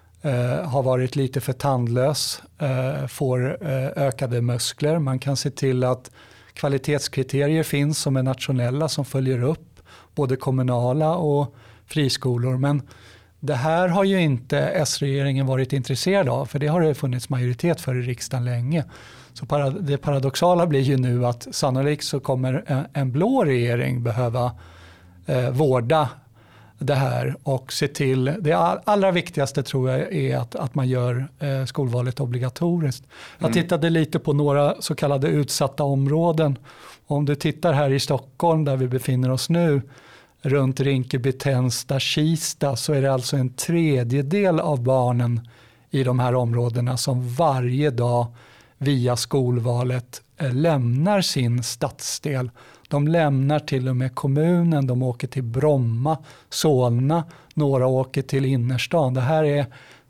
eh, har varit lite för tandlös eh, får eh, ökade muskler. Man kan se till att kvalitetskriterier finns som är nationella som följer upp både kommunala och friskolor. Men det här har ju inte S-regeringen varit intresserad av, för det har det funnits majoritet för i riksdagen länge. Så parad- det paradoxala blir ju nu att sannolikt så kommer en, en blå regering behöva eh, vårda det här och se till, det allra viktigaste tror jag är att, att man gör eh, skolvalet obligatoriskt. Jag mm. tittade lite på några så kallade utsatta områden. Om du tittar här i Stockholm där vi befinner oss nu, runt Rinkeby, Tensta, Kista, så är det alltså en tredjedel av barnen i de här områdena som varje dag via skolvalet eh, lämnar sin stadsdel. De lämnar till och med kommunen, de åker till Bromma, Solna, några åker till innerstan. Det här är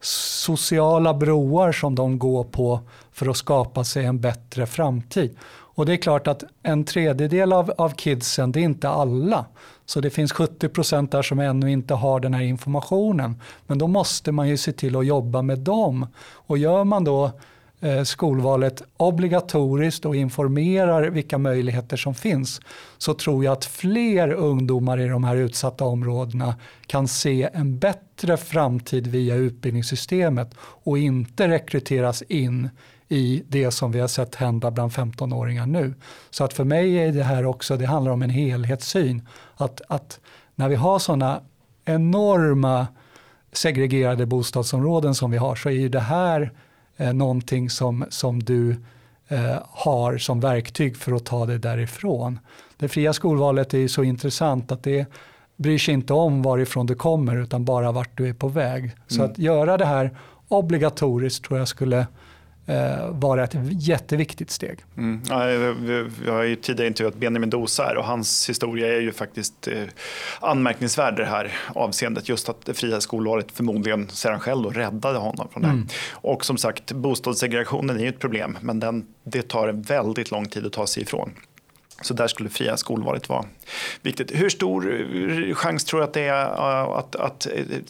sociala broar som de går på för att skapa sig en bättre framtid. Och det är klart att en tredjedel av, av kidsen, det är inte alla. Så det finns sjuttio procent där som ännu inte har den här informationen. Men då måste man ju se till att jobba med dem. Och gör man då skolvalet obligatoriskt och informerar vilka möjligheter som finns, så tror jag att fler ungdomar i de här utsatta områdena kan se en bättre framtid via utbildningssystemet och inte rekryteras in i det som vi har sett hända bland femtonåringar nu. Så att för mig är det här också, det handlar om en helhetssyn. Att, att när vi har sådana enorma segregerade bostadsområden som vi har, så är ju det här Eh, någonting som, som du eh, har som verktyg för att ta det därifrån. Det fria skolvalet är ju så intressant att det bryr sig inte om varifrån du kommer utan bara vart du är på väg. Mm. Så att göra det här obligatoriskt tror jag skulle eh, vara ett jätteviktigt steg. Mm. Ja, vi, vi har ju tidigare intervjuat Benjamin Dosar och hans historia är ju faktiskt eh, anmärkningsvärd det här avseendet. Just att det fria skolvalet förmodligen, säger han själv, då, räddade honom från det. Mm. Och som sagt, bostadssegregationen är ju ett problem, men den, det tar en väldigt lång tid att ta sig ifrån. Så där skulle fria skolvalet vara viktigt. Hur stor chans tror du att det är att, att,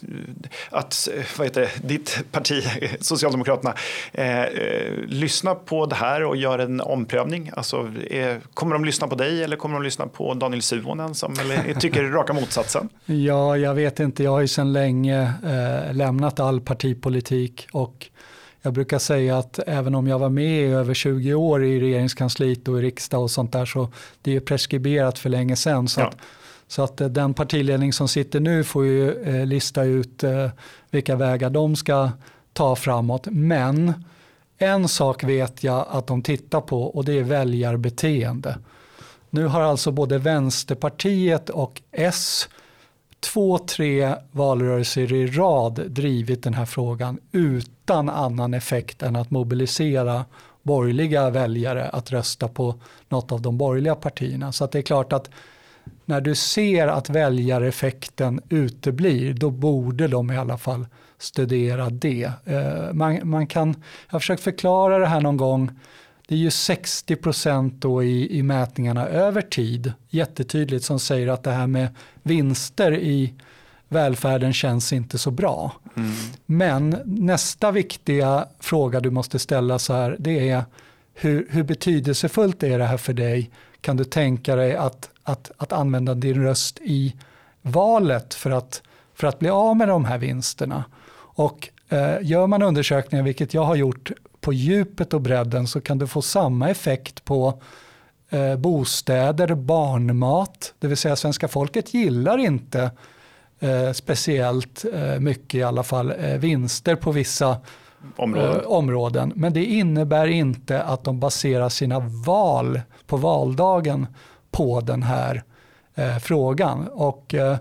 att vad heter det, ditt parti, Socialdemokraterna, eh, lyssnar på det här och gör en omprövning? Alltså, eh, kommer de lyssna på dig eller kommer de lyssna på Daniel Suhonen som eller, tycker raka motsatsen? Ja, jag vet inte. Jag har ju sedan länge eh, lämnat all partipolitik och jag brukar säga att även om jag var med i över tjugo år i regeringskansliet och i riksdag och sånt där, så det är ju preskriberat för länge sedan. Så, ja. att, så att den partiledning som sitter nu får ju eh, lista ut eh, vilka vägar de ska ta framåt. Men en sak vet jag att de tittar på och det är väljarbeteende. Nu har alltså både Vänsterpartiet och S två, tre valrörelser i rad drivit den här frågan utan annan effekt än att mobilisera borgerliga väljare att rösta på något av de borgerliga partierna. Så att det är klart att när du ser att väljareffekten uteblir, då borde de i alla fall studera det. Man, man kan, jag har försökt förklara det här någon gång. Det är ju sextio procent då i, i mätningarna över tid, jättetydligt, som säger att det här med vinster i välfärden känns inte så bra. Mm. Men nästa viktiga fråga du måste ställa så här, det är hur, hur betydelsefullt är det här för dig? Kan du tänka dig att, att, att använda din röst i valet för att, för att bli av med de här vinsterna? Och eh, gör man undersökningar, vilket jag har gjort på djupet och bredden, så kan du få samma effekt på eh, bostäder, barnmat. Det vill säga svenska folket gillar inte eh, speciellt eh, mycket i alla fall eh, vinster på vissa områden. Eh, områden. Men det innebär inte att de baserar sina val på valdagen på den här eh, frågan. Och eh,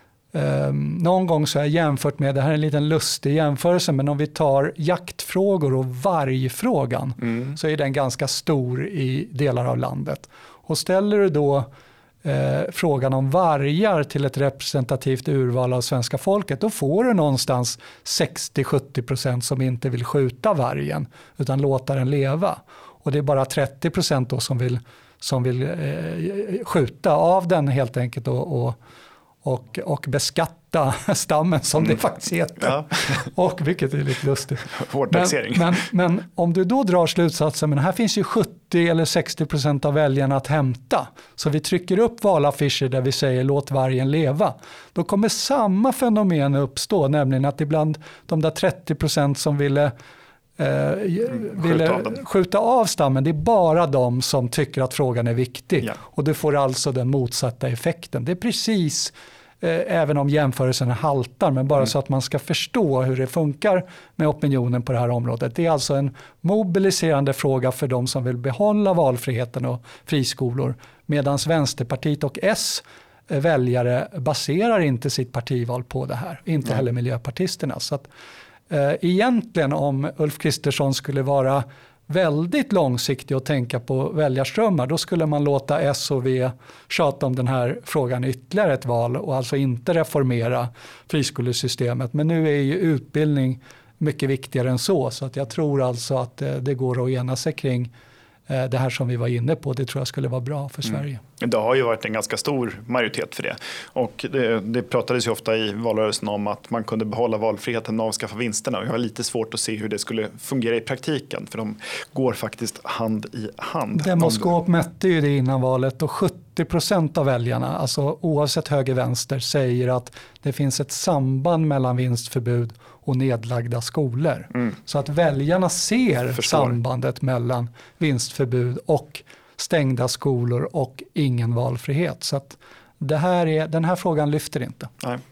Um, någon gång så har jag jämfört med, det här är en liten lustig jämförelse, men om vi tar jaktfrågor och vargfrågan mm. så är den ganska stor i delar av landet. Och ställer du då eh, frågan om vargar till ett representativt urval av svenska folket, då får du någonstans sextio till sjuttio procent som inte vill skjuta vargen utan låta den leva. Och det är bara trettio procent då som vill, som vill eh, skjuta av den helt enkelt och, och Och, och beskatta stammen som mm. det faktiskt heter. Ja. Och vilket är lite lustigt. Men, men, men om du då drar slutsatsen, men här finns ju sjuttio eller sextio procent av väljarna att hämta. Så vi trycker upp valaffischer där vi säger låt vargen leva. Då kommer samma fenomen uppstå, nämligen att ibland de där trettio procent som ville Eh, ville skjuta av, skjuta av stammen, det är bara de som tycker att frågan är viktig. Ja. Och du får alltså den motsatta effekten. Det är precis, eh, även om jämförelsen haltar, men bara mm. så att man ska förstå hur det funkar med opinionen på det här området. Det är alltså en mobiliserande fråga för de som vill behålla valfriheten och friskolor, medan Vänsterpartiet och S eh, väljare baserar inte sitt partival på det här. Inte mm. heller miljöpartisterna. Så att Uh, egentligen om Ulf Kristersson skulle vara väldigt långsiktig och tänka på väljarströmmar, då skulle man låta S och V tjata om den här frågan ytterligare ett val och alltså inte reformera friskolesystemet. Men nu är ju utbildning mycket viktigare än så, så att jag tror alltså att uh, det går att ena sig kring det här som vi var inne på. Det tror jag skulle vara bra för Sverige. Mm. Det har ju varit en ganska stor majoritet för det. Och det, det pratades ju ofta i valrörelsen om att man kunde behålla valfriheten och avskaffa vinsterna. Och jag har lite svårt att se hur det skulle fungera i praktiken. För de går faktiskt hand i hand. Demoskop mätte ju det innan valet och sjuttio procent av väljarna, alltså oavsett höger-vänster, säger att det finns ett samband mellan vinstförbud och nedlagda skolor. Mm. Så att väljarna ser Förstår. sambandet mellan vinstförbud och stängda skolor och ingen valfrihet. Så att det här är, den här frågan lyfter inte. Nej.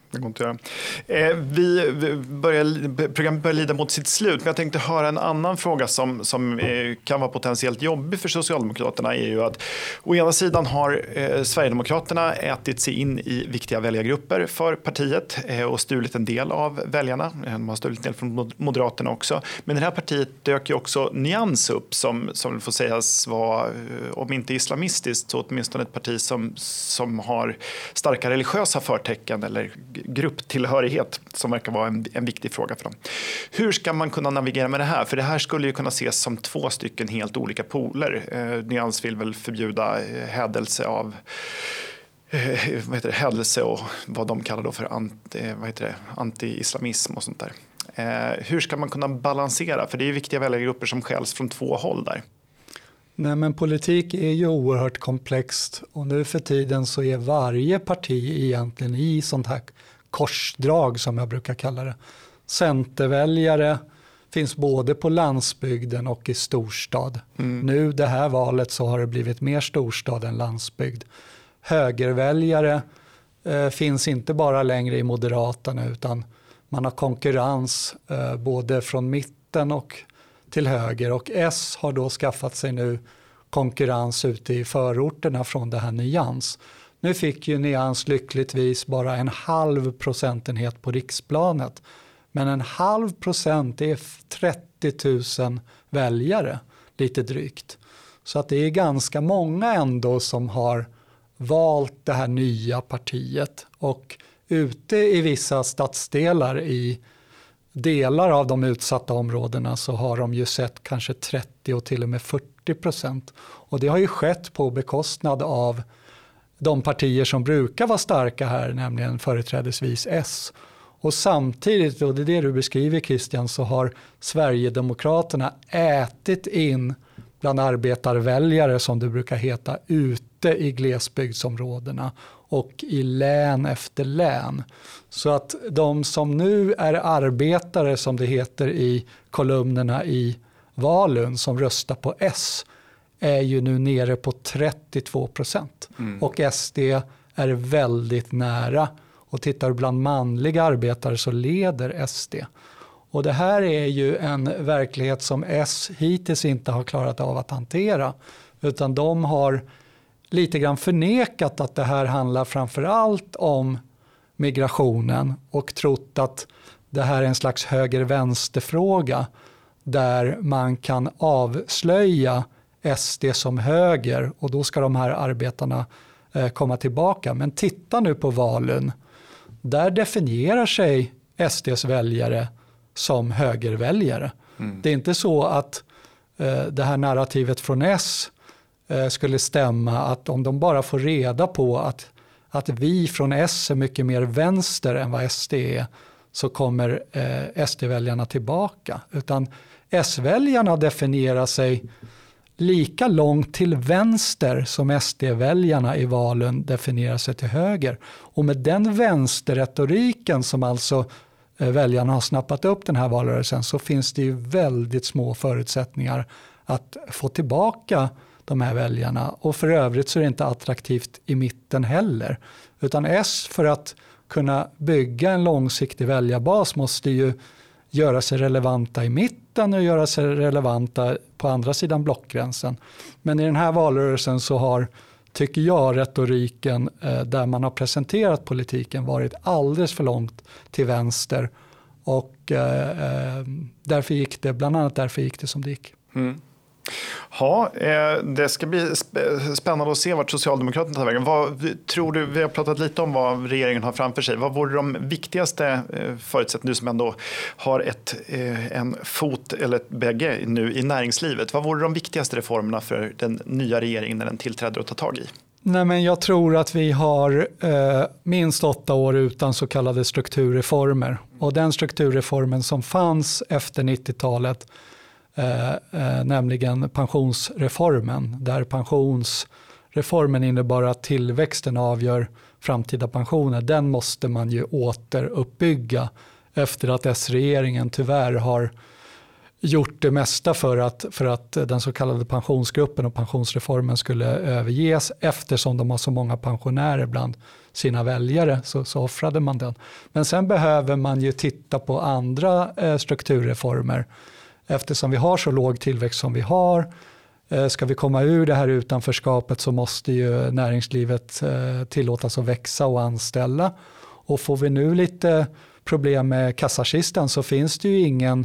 Det går inte att göra. Eh, vi börjar, programmet börjar lida mot sitt slut, men jag tänkte höra en annan fråga som, som eh, kan vara potentiellt jobbig för Socialdemokraterna är ju att å ena sidan har eh, Sverigedemokraterna ätit sig in i viktiga väljargrupper för partiet eh, och stulit en del av väljarna. De har stulit en del från Moderaterna också. Men det här partiet dök ju också Nyans upp som, som får sägas vara, om inte islamistiskt, så åtminstone ett parti som, som har starka religiösa förtecken eller grupptillhörighet som verkar vara en, en viktig fråga för dem. Hur ska man kunna navigera med det här? För det här skulle ju kunna ses som två stycken helt olika poler. Eh, Nyans vill väl förbjuda eh, hädelse av eh, vad heter det, hädelse och vad de kallar då för anti, vad heter det, anti-islamism och sånt där. Eh, hur ska man kunna balansera? För det är ju viktiga väljargrupper som skäls från två håll där. Nej, men politik är ju oerhört komplext och nu för tiden så är varje parti egentligen i sånt här korsdrag som jag brukar kalla det. Centerväljare finns både på landsbygden och i storstad. Mm. Nu det här valet så har det blivit mer storstad än landsbygd. Högerväljare eh, finns inte bara längre i Moderaterna utan man har konkurrens eh, både från mitten och till höger, och S har då skaffat sig nu konkurrens ute i förorterna från det här Nyans. Nu fick ju Nyans lyckligtvis bara en halv procentenhet på riksplanet, men en halv procent är trettio tusen väljare, lite drygt. Så att det är ganska många ändå som har valt det här nya partiet, och ute i vissa stadsdelar i delar av de utsatta områdena så har de ju sett kanske trettio och till och med fyrtio procent. Och det har ju skett på bekostnad av de partier som brukar vara starka här, nämligen företrädesvis S. Och samtidigt, och det är det du beskriver Christian, så har Sverigedemokraterna ätit in bland arbetarväljare som det brukar heta ute i glesbygdsområdena och i län efter län. Så att de som nu är arbetare, som det heter i kolumnerna i Valun, som röstar på S är ju nu nere på trettiotvå procent. Mm. Och S D är väldigt nära. Och tittar du bland manliga arbetare så leder S D. Och det här är ju en verklighet som S hittills inte har klarat av att hantera. Utan de har lite grann förnekat att det här handlar framför allt om migrationen och trott att det här är en slags höger-vänster-fråga där man kan avslöja S D som höger och då ska de här arbetarna eh, komma tillbaka. Men titta nu på valen. Där definierar sig S Ds väljare som högerväljare. Mm. Det är inte så att eh, det här narrativet från S eh, skulle stämma, att om de bara får reda på att, att vi från S är mycket mer vänster än vad S D är, så kommer eh, S D-väljarna tillbaka. Utan S-väljarna definierar sig lika långt till vänster som S D-väljarna i valen definierar sig till höger. Och med den vänsterretoriken som alltså eh, väljarna har snappat upp den här valrörelsen, så finns det ju väldigt små förutsättningar att få tillbaka de här väljarna. Och för övrigt så är det inte attraktivt i mitten heller. Utan S, för att kunna bygga en långsiktig väljarbas, måste ju göra sig relevanta i mitten och göra sig relevanta på andra sidan blockgränsen. Men i den här valrörelsen så har, tycker jag, retoriken eh, där man har presenterat politiken varit alldeles för långt till vänster. Och eh, därför gick det, bland annat därför gick det som det gick. Mm. Ja, det ska bli spännande att se vart Socialdemokraterna tar vägen. Vad tror du, vi har pratat lite om vad regeringen har framför sig. Vad vore de viktigaste förutsättningarna, du som ändå har ett, en fot eller ett bägge nu i näringslivet. Vad vore de viktigaste reformerna för den nya regeringen när den tillträder att ta tag i? Nej, men jag tror att vi har eh, minst åtta år utan så kallade strukturreformer. Och den strukturreformen som fanns efter nittiotalet, Eh, eh, nämligen pensionsreformen, där pensionsreformen innebar att tillväxten avgör framtida pensioner, den måste man ju återuppbygga efter att S-regeringen tyvärr har gjort det mesta för att, för att den så kallade pensionsgruppen och pensionsreformen skulle överges, eftersom de har så många pensionärer bland sina väljare, så, så offrade man den. Men sen behöver man ju titta på andra eh, strukturreformer, eftersom vi har så låg tillväxt som vi har. Eh, ska vi komma ur det här utanförskapet så måste ju näringslivet eh, tillåtas att växa och anställa. Och får vi nu lite problem med kassakistan så finns det ju ingen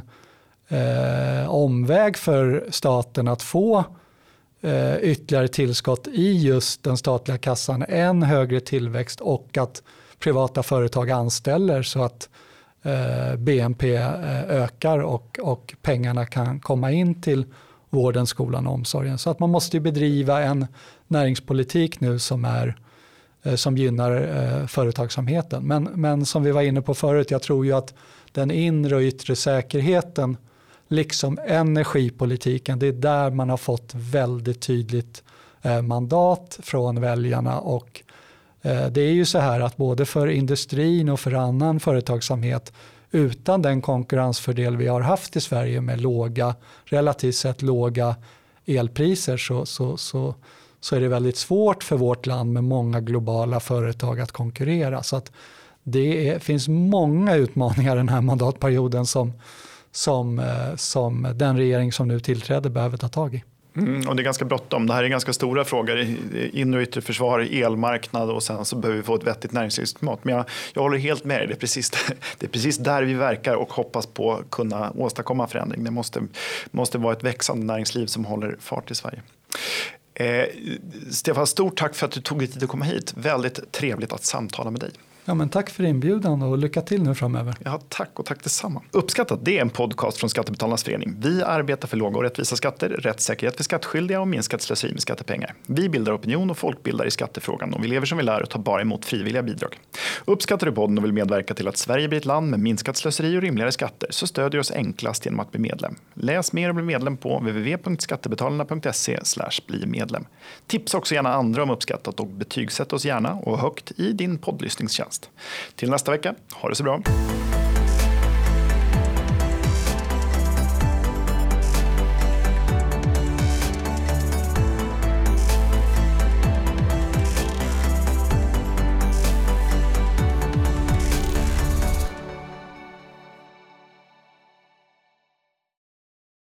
Eh, omväg för staten att få eh, ytterligare tillskott i just den statliga kassan, en högre tillväxt och att privata företag anställer så att eh, B N P eh, ökar och, och pengarna kan komma in till vården, skolan och omsorgen. Så att man måste bedriva en näringspolitik nu som, är, eh, som gynnar eh, företagsamheten. Men, men som vi var inne på förut, jag tror ju att den inre och yttre säkerheten liksom energipolitiken, det är där man har fått väldigt tydligt eh, mandat från väljarna och eh, det är ju så här att både för industrin och för annan företagsamhet utan den konkurrensfördel vi har haft i Sverige med låga, relativt sett låga elpriser så, så, så, så är det väldigt svårt för vårt land med många globala företag att konkurrera. Så att det är, finns många utmaningar den här mandatperioden som, som, som den regering som nu tillträder behöver ta tag i. Mm, och det är ganska bråttom. Det här är ganska stora frågor. Inre och yttre försvar, elmarknad och sen så behöver vi få ett vettigt näringslivsklimat. Men jag, jag håller helt med dig. Det är, precis, det är precis där vi verkar och hoppas på att kunna åstadkomma förändring. Det måste, måste vara ett växande näringsliv som håller fart i Sverige. Eh, Stefan, stort tack för att du tog dig tid att komma hit. Väldigt trevligt att samtala med dig. Ja, men tack för inbjudan och lycka till nu framöver. Ja, tack och tack detsamma. Uppskattat, det är en podcast från Skattebetalarnas förening. Vi arbetar för låga och rättvisa skatter, rättssäkerhet för skattskyldiga och minskat slöseri med skattepengar. Vi bildar opinion och folkbildar i skattefrågan och vi lever som vi lär och tar bara emot frivilliga bidrag. Uppskattar du podden och vill medverka till att Sverige blir ett land med minskat slöseri och rimligare skatter så stödjer oss enklast genom att bli medlem. Läs mer och bli medlem på w w w punkt skattebetalarna punkt se slash bli medlem. Tipsa också gärna andra om Uppskattat och betygsätt oss gärna och högt i din poddlyssningstjänst. Till nästa vecka, ha det så bra!